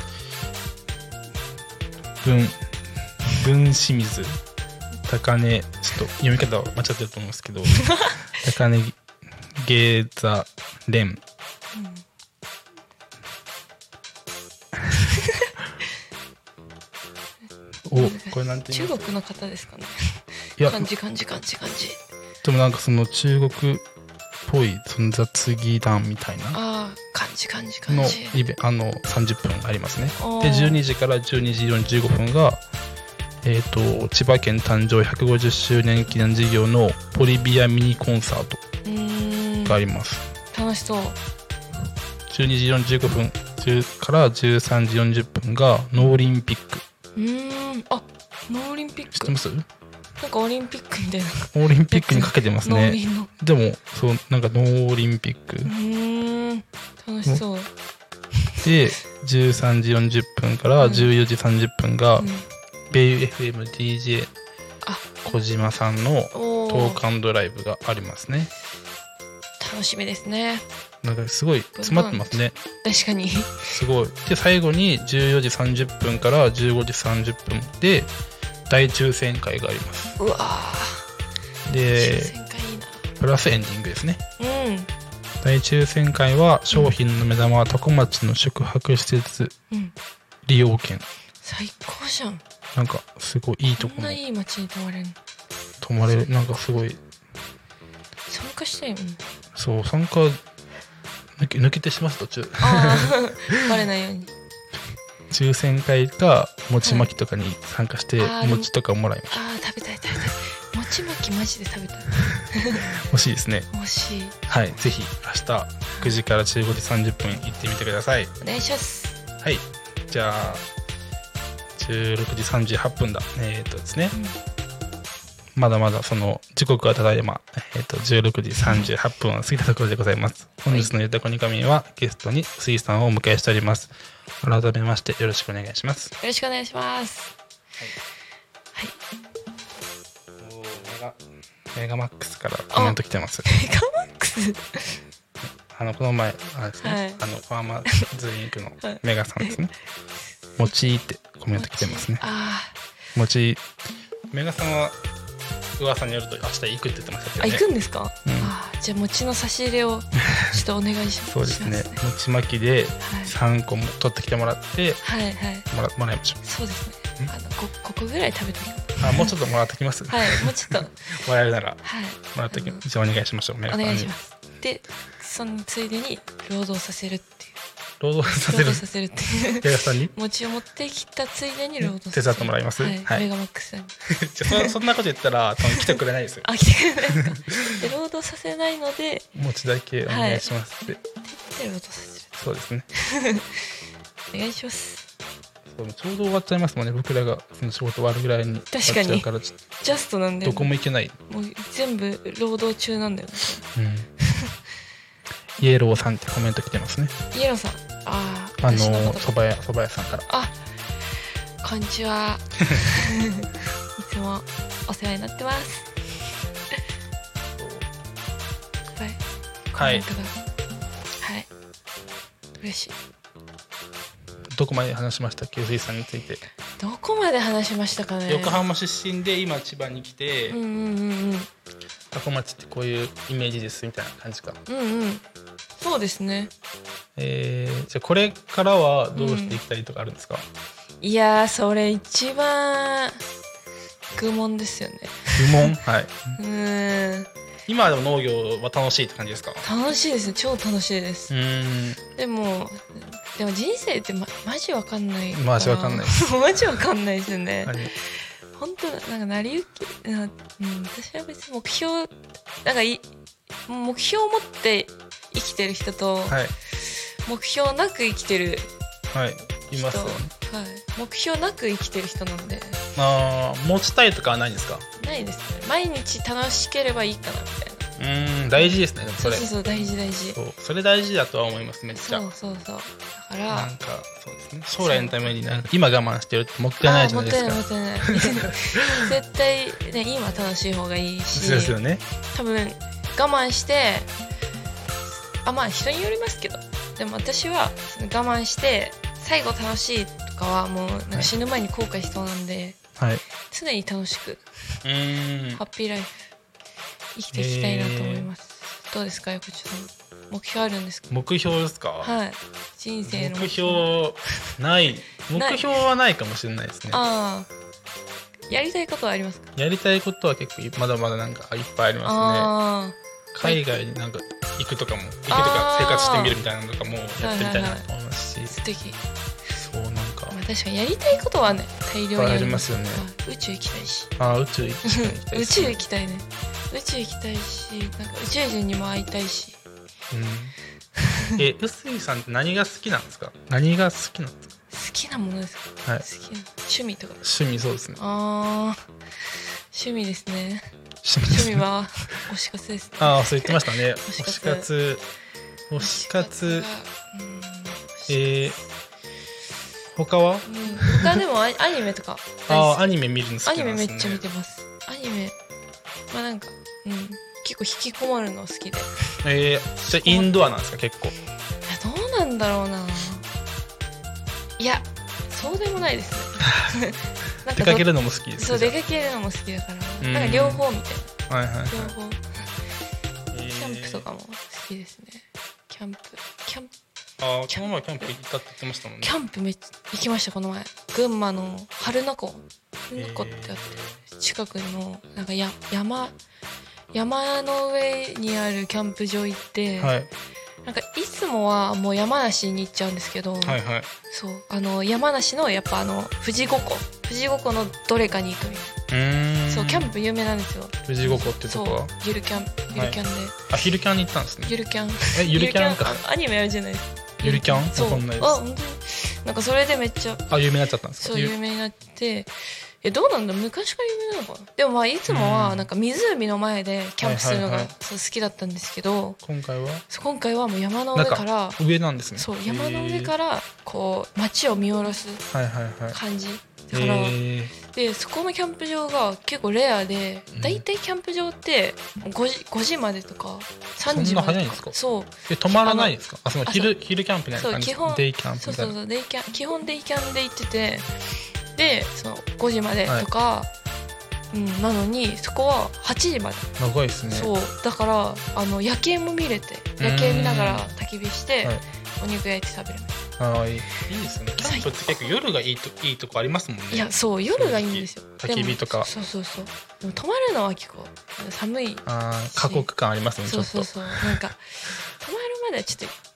文清水高根、ちょっと読み方は間違ってると思うんですけど高根芸座連これなんて言います？
中国の方ですかね。
いや
漢字。
でもなんかその中国っぽいその雑技団みたいな
ああ、漢字
の30分ありますね。
おー
で12時から12時45分が千葉県誕生150周年記念事業のボリビアミニコンサートがあります。
楽しそう。
12時45分から13時40分がノーリンピック。
あ、ノーオリンピック。
知ってます？
なんかオリンピックみたいな。
オリンピックにかけてます
ノー
ね。
リンの。
でもそうなんかノーオリンピック
楽しそう。
で13時40分から14時30分がベイ FMDJ 小島さんのトーク&ライブがありますね。
楽しみですね。
なんかすごい詰まってますね。
確かに。
すごい。で最後に14時30分から15時30分で大抽選会があります。
うわ
で
抽選会いいな。
プラスエンディングですね。大抽選会は商品の目玉は多古町の宿泊施設利用券。
最高じゃん。
なんかすごいいいところ
こんないい街に泊まれるの。
泊まれる。なんかすごい
参加したいもん。
そう参加抜けてしまう途中
バレないように。
抽選会か餅巻きとかに参加して餅とかもらいました。
食べたい餅巻きマジで食べたい。
欲しいですね。
欲しい。
はい、ぜひ明日9時から15時30分行ってみてください。
お願いします。
はい、じゃあ16時38分だ。ですね、まだまだその時刻はただいま、16時38分を過ぎたところでございます。本日のゆたこにかみんはゲストに水さんをお迎えしております。改めましてよろしくお願いします。
よろしくお願いします。
メガマックスからコメント来てます。
メガマックス
この前ですね、ファーマーズインクのメガさんですね。もちってコメント来てますね。もちメガさんは噂によると明日行くって言ってましたけどね。
行くんですか？じゃあ餅の差し入れをちょっとお願いします。
そうですね。餅巻きで3個も取ってきてもらってもらいましょう。
そうですね。5個ぐらい食べときます。
もうちょっともらってきます。
はい、もうちょっと
もらえるならもらってじゃあお願いしましょう。
お願いします。でそのついでに労働させるっていう。
労働させる
労働させるっていう
平賀さんに
餅を持ってきたついでに労働させる
手伝ってもらいます。
はい
はい
メガマックスさんに
じゃあそんなこと言ったら多分来てくれないですよ。
あ来てくれないですかで労働させないので
餅だけお願いしますって。
で労働させる
そうですね。
お願いします
そうちょうど終わっちゃいますもんね。僕らがその仕事終わるぐらいに終わっちゃうからちょっ
ジャストなんで
とどこも行けない。
もう全部労働中なんだよね
イエローさんってコメント来てますね。
イエローさん私のこと
蕎麦屋さんから。
こんにちはいつもお世話になってます
はい。
コメントがはい嬉しい
どこまで話しましたっけ、水さんについて。
どこまで話しましたかね。
横浜出身で今千葉に来て、
うんうんうん
多古町ってこういうイメージですみたいな感じか。
うんうんそうですね。
じゃあこれからはどうしていきたいとかあるんですか？
いやーそれ一番愚問ですよね。
疑問はい。今はでも農業は楽しいって感じですか？
楽しいですね。超楽しいです。でも人生ってマジわかんないから。
マジわかんない
マジわかんないですね。
はい、
本当なんか成り行き、私は別に目標を持って生きてる人と、
はい、
目標なく生きてる
はいい
人、
ますよね。
はい、目標なく生きてる人なんで。
持ちたいとかはないんですか？
ないですね。毎日楽しければいいかなみたいな。
大事ですね。でもそれ
そう大事
それ大事だとは思います。めっちゃ
そうだから
なんかそうですね、将来のためになんか今我慢してるってもったいないじゃないですか。
もったいない絶対ね今楽しい方がいいし、
そうですよね。
多分我慢してまあ人によりますけど、でも私は我慢して最後楽しいとかはもうなんか死ぬ前に後悔しそうなんで、
はい、
常に楽しくハ
ハ
ッピーライフ生きていきたいなと思います。どうですか、横地さん。目標あるんですか？
目標ですか？
はい。人生の
目標ない目標はないかもしれないですね。
やりたいことはありますか？
やりたいことは結構まだまだなんかいっぱいありますね。海外になんか行くとか生活してみるみたいなのとかもやってみたいなと思いますし、
素敵。
そうなんか、
確かにやりたいことはね大量に
ありますよね。
宇宙行きたいし。
宇宙行きたい。
宇宙行きたいね。宇宙行きたいし、なんか宇宙人にも会いたいし。
臼井さんって何が好きなんですか？何が好きなんですか？
好きなものですか？
はい。
好きな趣味とか。
趣味、そうですね。
趣味ですね。
趣
味は推し活ですね。
そう言ってましたね。
推し活。
他は？
他でもアニメとか。
アニメ見るの好きなんですね。
アニメめっちゃ見てます。アニメなんか結構引きこもるの好きで。
じゃあインドアなんですか？結構。
どうなんだろうな。いやそうでもないですね。
出かけるのも好きです。
そう出かけるのも好きだからなんか両方みたいな。
はいはいはい。
両方。キャンプとかも好きですね。キャンプ。
この前キャンプ行ったって言ってましたもんね。
キャンプめっちゃ行きましたこの前。群馬の榛名湖ってあって近くのなんか山の上にあるキャンプ場行って、
はい、
なんかいつもはもう山梨に行っちゃうんですけど、
はいはい、
そう山梨のやっぱ富士五湖のどれかに行くみたいな。そうキャンプ有名なんですよ。
富士五湖ってとこは
ゆるキャンで。
ゆるキャンに行ったんですね。
ゆるキャン
ゆるキャンか。
アニメあるじゃないですか。
ゆるキャン？
そう。
本当に
なんかそれでめっちゃ
有名になっちゃったんですか？
そう有名になってどうなんだ昔から有名なのかな。でもいつもはなんか湖の前でキャンプするのが好きだったんですけど、今回はもう山の上から
上なんですね。
そう山の上からこう街を見下ろす感じだから、でそこのキャンプ場が結構レアで、だいたいキャンプ場って5時までとか3時までとか。そんな早いんですか？そう
止まらないんですか？昼キャンプみたいな感じ。デイキャンプみたいな。
そう基本デイキャンで行ってて、で5時までとか、なのにそこは8時まで。
長いですね。
そうだから夜景も見れて、夜景見ながら焚き火して、お肉焼いて食べる。
いいですね。キャンプって結構夜がいいとこありますもんね。
いやそう夜がいいんですよ。
焚き火とか。
そうでも泊まるのは結構寒い。
過酷感ありますね。ちょっと。
そうなんか泊まるまではちょっと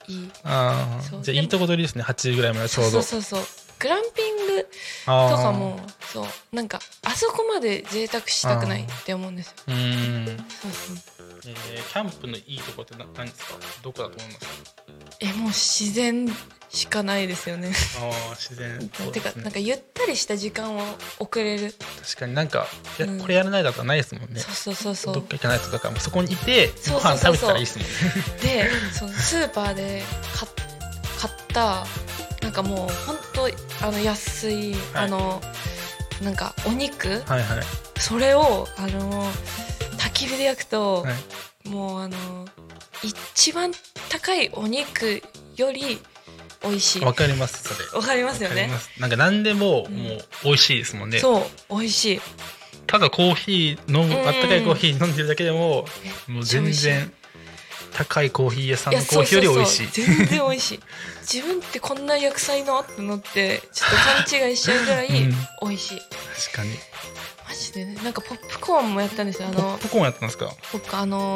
いい。
あ
そう
じゃあいいとこ取りですね。8時ぐらいまでちょうど。
そうグランピングと
あ
かもそうなんかあそこまで贅沢したくないって思うんですよ。そう
キャンプのいいとこって何ですか？どこだと思いますか？
もう自然しかないですよね。
自然。
てかなんかゆったりした時間を送れる。
確かになんかこれやらないだとないですもんね。
そう
どっか行かないとだからもうそこにいて
そう
ご飯食べてたらいいですもんね。
でそのスーパーで買ったなんかもう本当安いなんかお肉、それを焚き火で焼くと、もう一番高いお肉より美味しい。
わかりますそれ。
わかりますよね。
なんか何でももう美味しいですもんね。
そう美味しい。
ただコーヒーあったかいコーヒー飲んでるだけでももう全然高いコーヒー屋さんのコーヒーより美味しい。
全然美味しい。自分ってこんな薬剤のってのってちょっと勘違いしちゃうぐらい美味しい。
確かに。
マジでね。なんかポップコーンもやったんですよ。
ポップコーンやったんですか？
僕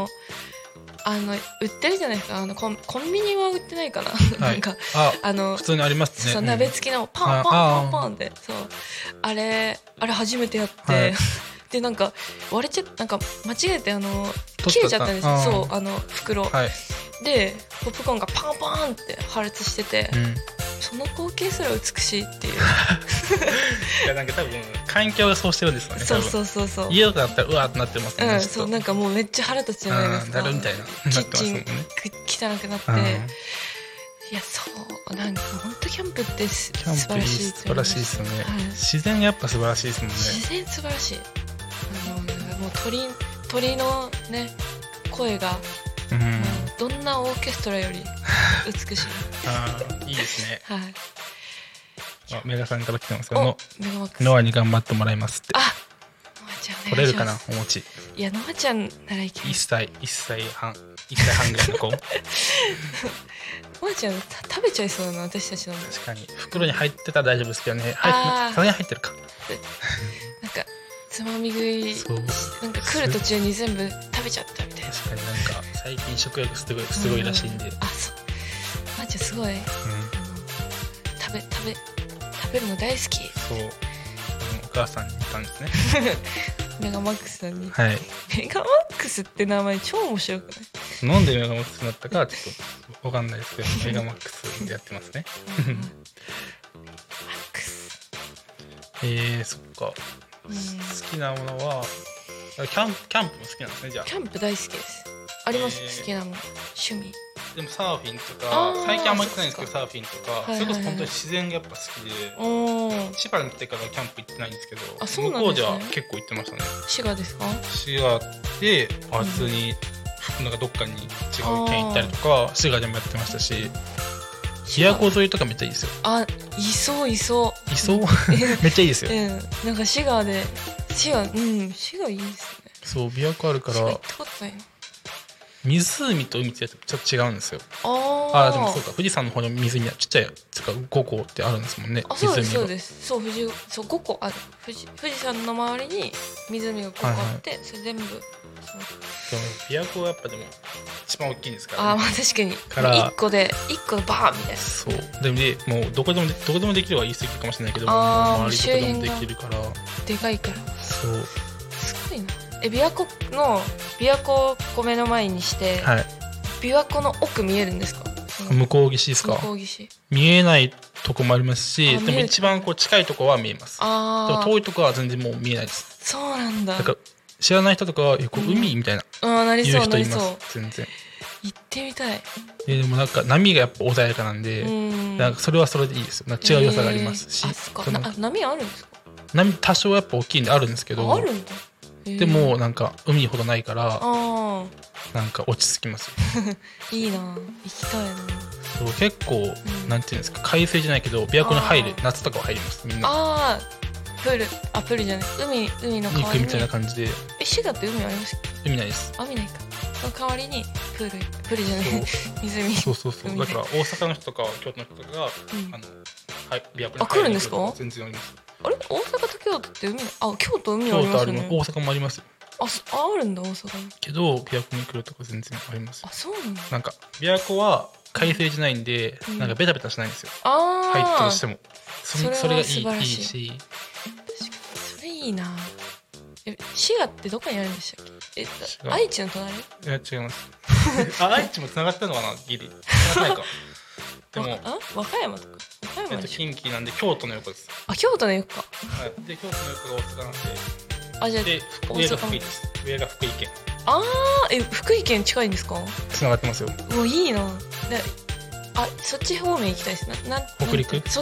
売ってるじゃないですか。コンビニは売ってないかな。なんか
普通にありますね。
そう鍋付きのパンパンパンパンってそうあれ初めてやって。でなんか割れちゃなんか間違えて切れちゃったんですよ。そう袋、でポップコーンがパンパンって破裂してて、その光景すら美しいっていう。
いやなんか多分環境がそうしてるんですよね。
そう
家とかだったらうわーってなってますね。
そうなんかもうめっちゃ腹立つじゃないですか。
だるみたいな
キッチン汚くなって、いやそうなんか本当キャンプって素晴らしい。
素晴らしいですよね。自然やっぱ素晴らしいですもんね。
自然素晴らしい。もう鳥のね声が、もうどんなオーケストラより美しい。
いいですね。
はい。
メガさんから来てますが、
メガマックス
ノアに頑張ってもらいますって。
ノアちゃんお
取れるかなお餅。
いやノアちゃんならいけます。
1歳半ぐらいの子。
ノアちゃん食べちゃいそうな私たちの。
確かに袋に入ってたら大丈夫ですけどね。さすがに入ってるか。
なんかつまみ食いなんか来る途中に全部食べちゃったみたいな。
確かになんか最近食欲すごいらしいんで。
そうノアちゃんすごい、食べるの大好き。
そうお母さんに言ったんですね。
メガマックスさんに。
はい。
メガマックスって名前超面白くない？
なんでメガマックスになったかちょっとわかんないですけど、メガマックスでやってますね。
マックス。
そっか。好きなものはキャンプも好きなんですね。じゃあ
キャンプ大好きです。あります、好きなもの趣味。
でもサーフィンとか最近あんまり行ってないんですけど、サーフィンとかそれこそ本当に自然がやっぱ好きで、千葉に来てからキャンプ行ってないんですけど、向こうでは結構行ってましたね。
滋賀ですか？滋
賀で普通になんかどっかに違う県行ったりとか滋賀でもやってましたし、琵琶湖沿いとかめっちゃいいですよ。
いそうめっち
ゃいいですよ。
なんか滋賀いいですね。
そう琵琶湖あるから
行ったことないの。
湖と海ってちょっと違うんですよ。でもそうか、富士山の方の湖はちっちゃい5個ってあるんですもんね。
そうですそう5個ある。富士山の周りに湖が5個あって、それ全部。
琵琶湖はやっぱでも一番大きいですから、
まあ確かに1個でバーンみたいな。
そうでもうどこでもできれば言い過ぎかもしれないけど、周りどこでもできるから、
でかいから。
そう
すごいな。琵琶湖を目の前にして、琵琶湖の奥見えるんですか？
向こう岸ですか？
向こう岸
見えないとこもありますし、でも一番近いとこは見えます。でも遠いとこは全然もう見えないです。
そうなんだ。
だから知らない人とかは海みたいな言う人います。全然
行ってみたい。
でもなんか波がやっぱ穏やかなんで、なんかそれはそれでいいですよ。違う良さがありますし。
波あるんですか？
波多少やっぱ大きいんであるんですけど。
あるんだ。
でもなんか海ほどないからなんか落ち着きますよ。
いいな、行きたいな。
そう結構、なんていうんですか、海水じゃないけど琵琶湖に入る、夏とかは入りますみんな。プールじゃない海の代わりにみたいな感じで。
滋賀って海あります？
海ないです。
海ないか。その代わりにプールじゃない湖。
そうだから大阪の人とか京都の人とかが琵琶湖に
来るんですか？
全然あります。
あれ大阪と京都って京都海ありますよね。
大阪もありますよ。
あるんだ大阪に。
けど琵琶湖に来るとか全然あります。
そうなんだ。
なんか琵琶湖は海水じゃないんで、
うん
なんかベタベタしないんですよ、
あ
入ったと
あ
しても。そ
それは
れがい
素晴らしい
いし、
確かにそれいいな。滋賀ってどこにあるんでしたっけ？
賀
愛知の隣？
いや違います愛知も繋がってるのかな、ギリ繋がってないか。でも
和歌山とか和歌山でしょ。
近畿なんで京都の横です。
あ、京都の横か。
はい、で京都の横が大阪なんで、
あ、じゃあ
で
大
上が
阪
福井です。上が福井県。
あー、福井県近いんですか？
繋がってますよ。
うわ、いいな。で、そっち方面行きたいです。
北陸？
そう。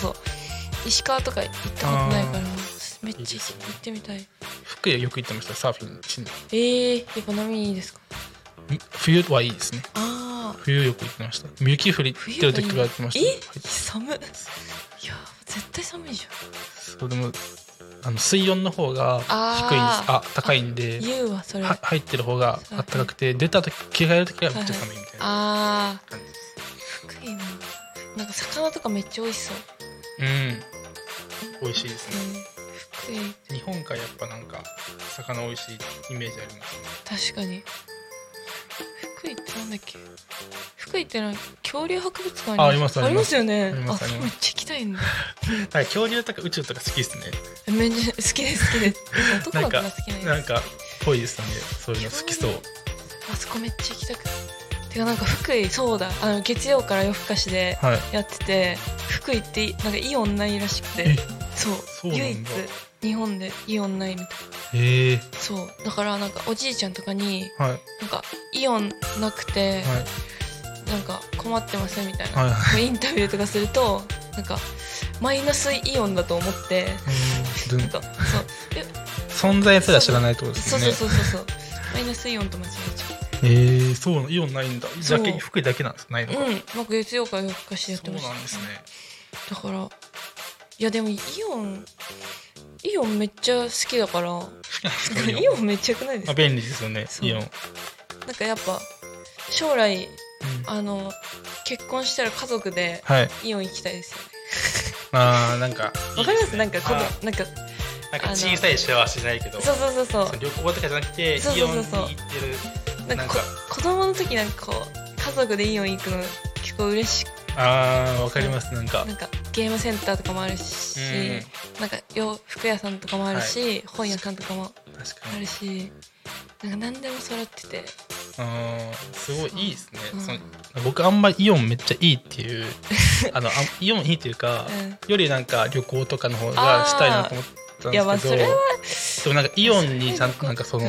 石川とか行ったことないからめっちゃ行ってみたい。
福井はよく行ってました、サーフィンしに。
やっぱ波いいですか？
冬はいいですね。
ああ、
冬よく行ってました。雪降ってる時はやってました。はい、
寒っ。いや絶対寒いじ
そう、でも水温の方が低いんです。高いんで、
言うわそれ。
入ってる方が暖かくて、出た時着替える時はめっちゃ寒いみたいな感じです。
福井な。なんか魚とかめっちゃ美味しそう。
美味しいですね。
福井、
日本海やっぱなんか魚美味しいイメージありますね。
確かに。福井ってなんだっけ？福井ってなんか恐竜博物館
あります
ありますよね。
あ、
そう、めっちゃ行きたいんだ。
はい、恐竜とか宇宙とか好きですね。
めっちゃ好きです。男の子が好き
なんかぽいですよね。そういうの好きそう。
あそこめっちゃ行きたくてか、なんか福井、そうだ、月曜から夜更かしでやってて、福井ってなんかイオンないらしくて、そう唯一日本でイオンないみたいな。そうだからなんかおじいちゃんとかに、なんかイオンなくて、なんか困ってますみたいな、インタビューとかするとなんかマイナスイオンだと思って、なんかそう
存在すら知らないってことですよね。
そうマイナスイオンと間違えちゃう。
そうイオンないんだ。福井だけなんですか？ないのか。
なんか月曜から夜更かしやってました。
そうなんですね。
だからいやでもイオンめっちゃ好きだからイオンめっちゃ良くないですか？
便利ですよね、イオン。
なんかやっぱ将来、結婚したら家族でイオン行きたいですよね。
なんか
わかります？なんかなんか
小さい幸せじゃないけど、
そう
旅行とかじゃなくてイオンに行ってる。
なんか子供の時なんかこう家族でイオン行くの結構嬉しく。
わかります。なんか
ゲームセンターとかもあるし、なんか洋服屋さんとかもあるし、本屋さんとかもあるし、なんか何でも揃ってて、
すごいいいですね。僕あんまりイオンめっちゃいいっていうイオンいいっていうか、よりなんか旅行とかの方がしたいなと思ったんですけど、でもなんかイオンにちゃんとなんかその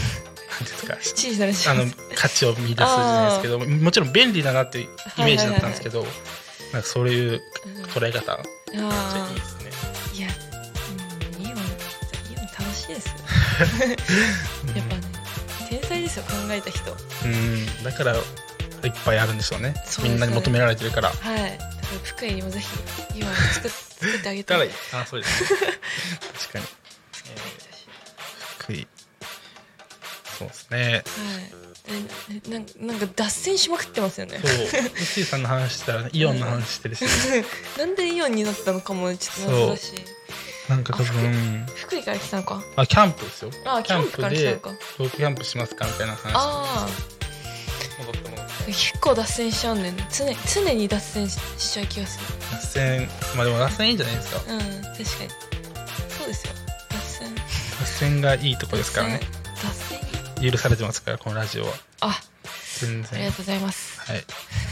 価値を見出すじゃないですけど、もちろん便利だなっていうイメージだったんですけど、なんかそういう捉え方めっちゃいいですね。
いや、イオン楽しいですよ。やっぱね、天才ですよ、考えた人。
だからいっぱいあるんでしょうね。みんなに求められてるから。
はい。だから福井にもぜひイオン作ってあげて。
そうですね。確かに。福井。そうですね。
なんか脱線しまくってますよね。
そう。うちさんの話したらイオンの話してるし。
なんでイオンになったのかもちょっと謎だし。
なんか多分
福井から来たのか。
キャンプですよ。
キャンプで
東京キャンプしますかみたいな話。戻って
結構脱線しちゃうんだよね。常に脱線しちゃう気がする。
脱線、でも脱線いいんじゃないですか。
確かに。そうですよ。
脱線がいいとこですからね。
脱線
許されてますから、このラジオは。全然。
ありがとうございます。
はい。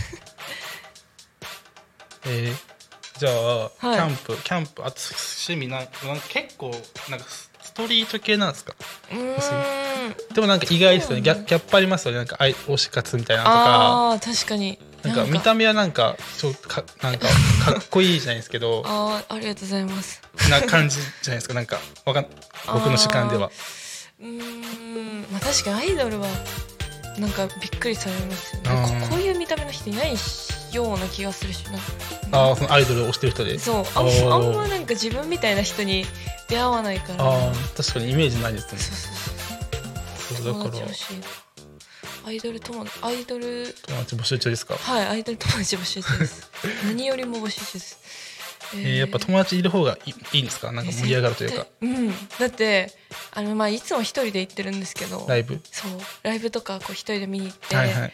じゃあ、キャンプ、あと趣味なんか結構なんかストリート系なんですか？でもなんか意外ですよね。ギャップありますよね。なんか推し活みたいなとか。
確かに。
なんか見た目はなんかなんかかっこいいじゃないですけど。
ありがとうございます。
な感じじゃないですか。なんか僕の主観では。
確かにアイドルはなんかびっくりされますよね。こういう見た目の人いないような気がするし、
そのアイドルを推してる人で。
そう、あんまなんか自分みたいな人に出会わないから。
確かにイメージないですね。
そうだからアイドル友達
募集中ですか？
はい、アイドル友達募集中です。何よりも募集中です。
やっぱ友達いる方がいいんですか？なんか盛り上がるというか。
だっていつも一人で行ってるんですけど、
ライブ
とかこう一人で見に行って、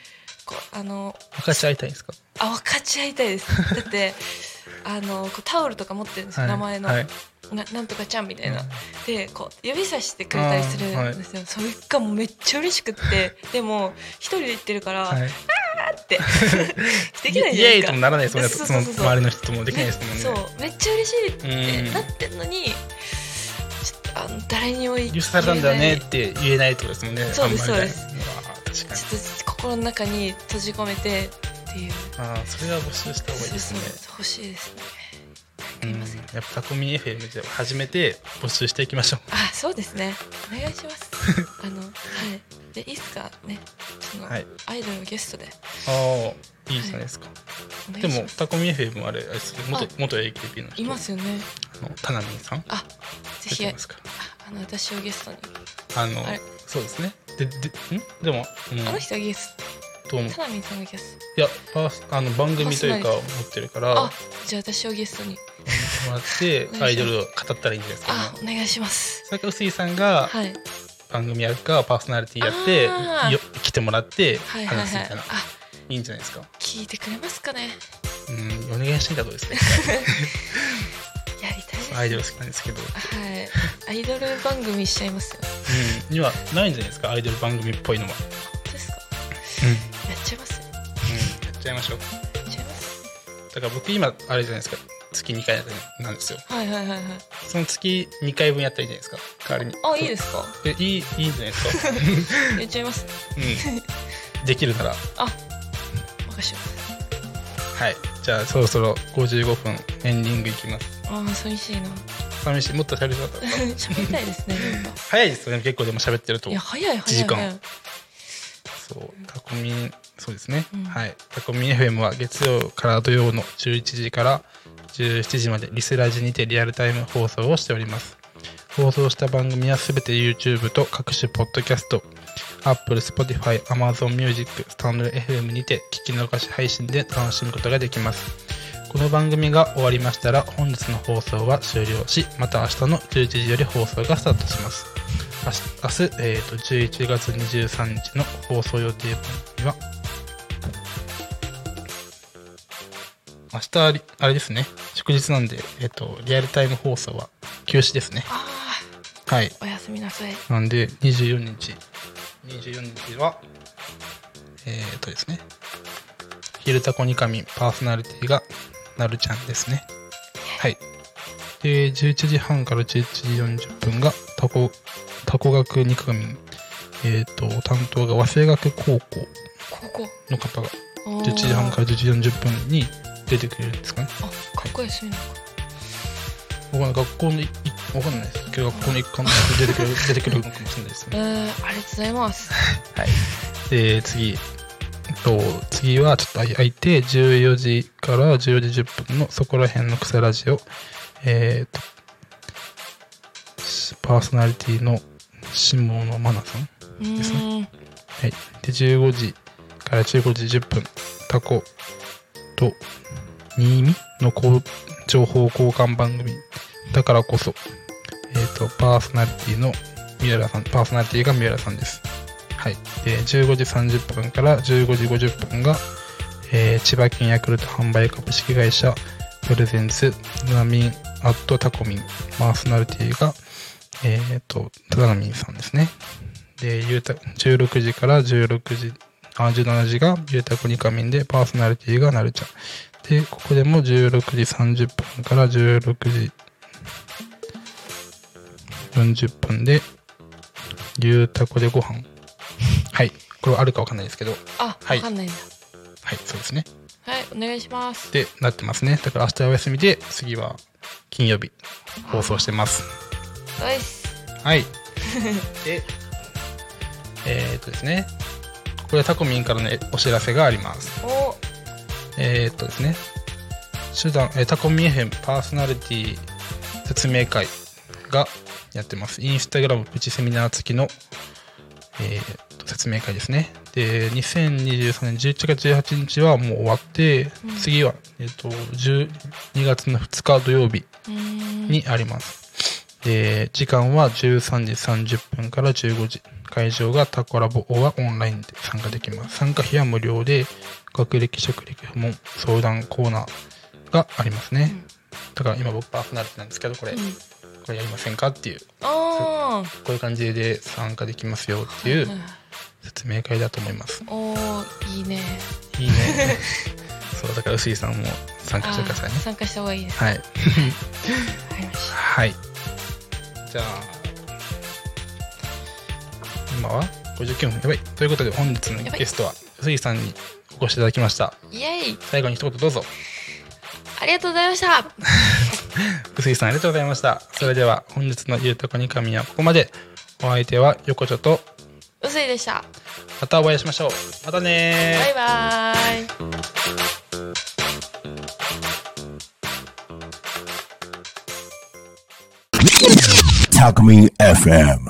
こう
分かち合いたいんですか？
分かち合いたいです。だってこうタオルとか持ってるんですよ、名前の、なんとかちゃんみたいな、でこう指さしてくれたりするんですよ、それがもうめっちゃ嬉しくって、でも一人で行ってるから、あーってできないじゃないですか。
イエーイともならないですもんね。その周りの人ともできないですもんね。
そうめっちゃ嬉しいってなってんのに、ちょっと誰にも言えない、
許されたんだよねって言えないってことですもんね。
そうですそうです。
確かに
ちょっと心の中に閉じ込めてっていう。
それは募集した方がいいですね。
欲しいですね。
やっぱタコミ FM で始めて募集していきましょう。
そうですね。お願いします。でいいですかね。その、アイドルのゲストで。
いいじゃないですか。でもタコミ FM もあれですね。元 AKB の人
いますよね。
タナミンさん。
ぜひ私をゲストに。そうですね。
でも
あの人がゲスト。タナミンさんがゲスト。いや
番組というか持ってるから。
じゃあ私をゲストに
もらってアイドルを語ったらいいんじゃないですかね。
お願いします。
それから臼井さんが番組やるかパーソナリティやって来てもらって話すみたいな、いいんじゃないですか。
聞いてくれますかね。
お願いしてみたらどうですか。
やりたいです。
アイドル好きなんですけど。
アイドル番組しちゃいますよ。
にはないんじゃないですか、アイドル番組っぽいのは。
本当ですか。やっちゃいますよ。
やっちゃいましょう。だから僕今あれじゃないですか、月2回なんですよ。その月2回分やったらいいじゃないですか、代わりに。
いいですか。
いいんじゃないですか。
やっちゃいます。
できるなら
任します。
じゃあそろそろ55分エンディングいきます。
寂しいな。
寂しい。もっと喋りたかった。
喋りたいですね。
早いですよね、結構。でも喋ってると。
いや早い。
1時間。タコミン、そうですね。タコミン FM は月曜から土曜の11時から17時までリスラジにてリアルタイム放送をしております。放送した番組はすべて YouTube と各種ポッドキャスト、Apple、Spotify、Amazon Music、スタンド FM にて聞き逃し配信で楽しむことができます。この番組が終わりましたら本日の放送は終了し、また明日の11時より放送がスタートします。明日、11月23日の放送予定分は、明日あれですね、祝日なんで、リアルタイム放送は休止ですね。
おやすみなさい。
なんで24日はですね、昼タコニカミンパーソナリティがなるちゃんですね。で11時半から11時40分がタコ学ニカミン、担当が早稲学高校の方が11時半から11時40分に出てくれるんですかね。
学校休みなのか。
学校のわかんないですけど、学校の一環で出てくるのかもしれないですね。
ありがとうございます。
で次はちょっと空いて14時から14時10分のそこら辺の草ラジオ、パーソナリティの下野真奈さんですね。で15時から15時10分タコと新見の情報交換番組だからこそ、パーソナリティが三浦さんです。で15時30分から15時50分が、千葉県ヤクルト販売株式会社プレゼンツナミンアットタコミン、パーソナリティがタナミンさんですね。で16時から17時がゆうたこにかみんで、パーソナリティがなるちゃんで、ここでも16時30分から16時40分でゆうたこでご飯。これはあるかわかんないですけど。
わかんないんだ。
そうですね。
お願いします。
でなってますね。だから明日はお休みで、次は金曜日放送してます。でですね、これはタコミンからのお知らせがあります。ですね、タコミン FM パーソナリティ説明会がやってます。インスタグラムプチセミナー付きの、説明会ですね。で2023年11月18日はもう終わって、次は、12月の2日土曜日にあります。で時間は13時30分から15時会場がタコラボはオンラインで参加できます。参加費は無料で、学歴、職歴、訪問、相談コーナーがありますね。だから今僕パーソナリティなんですけど、これやりませんかっていう、こういう感じで参加できますよっていう説明会だと思います。
いいね。
いいね。そう、だから臼井さんも参加してくださいね。
参加した方がいいです。
はい。はい。じゃあ、今は59分。やばい。ということで本日のゲストは臼井さんにお越しいただきました。
イエイ。
最後に一言どうぞ。
ありがとうございました。
臼井さんありがとうございました。それでは本日のゆうたこにかみはここまで。お相手は横丁と
臼井でした。
またお会いしましょう。またね。
バイバイ。
Talk Me FM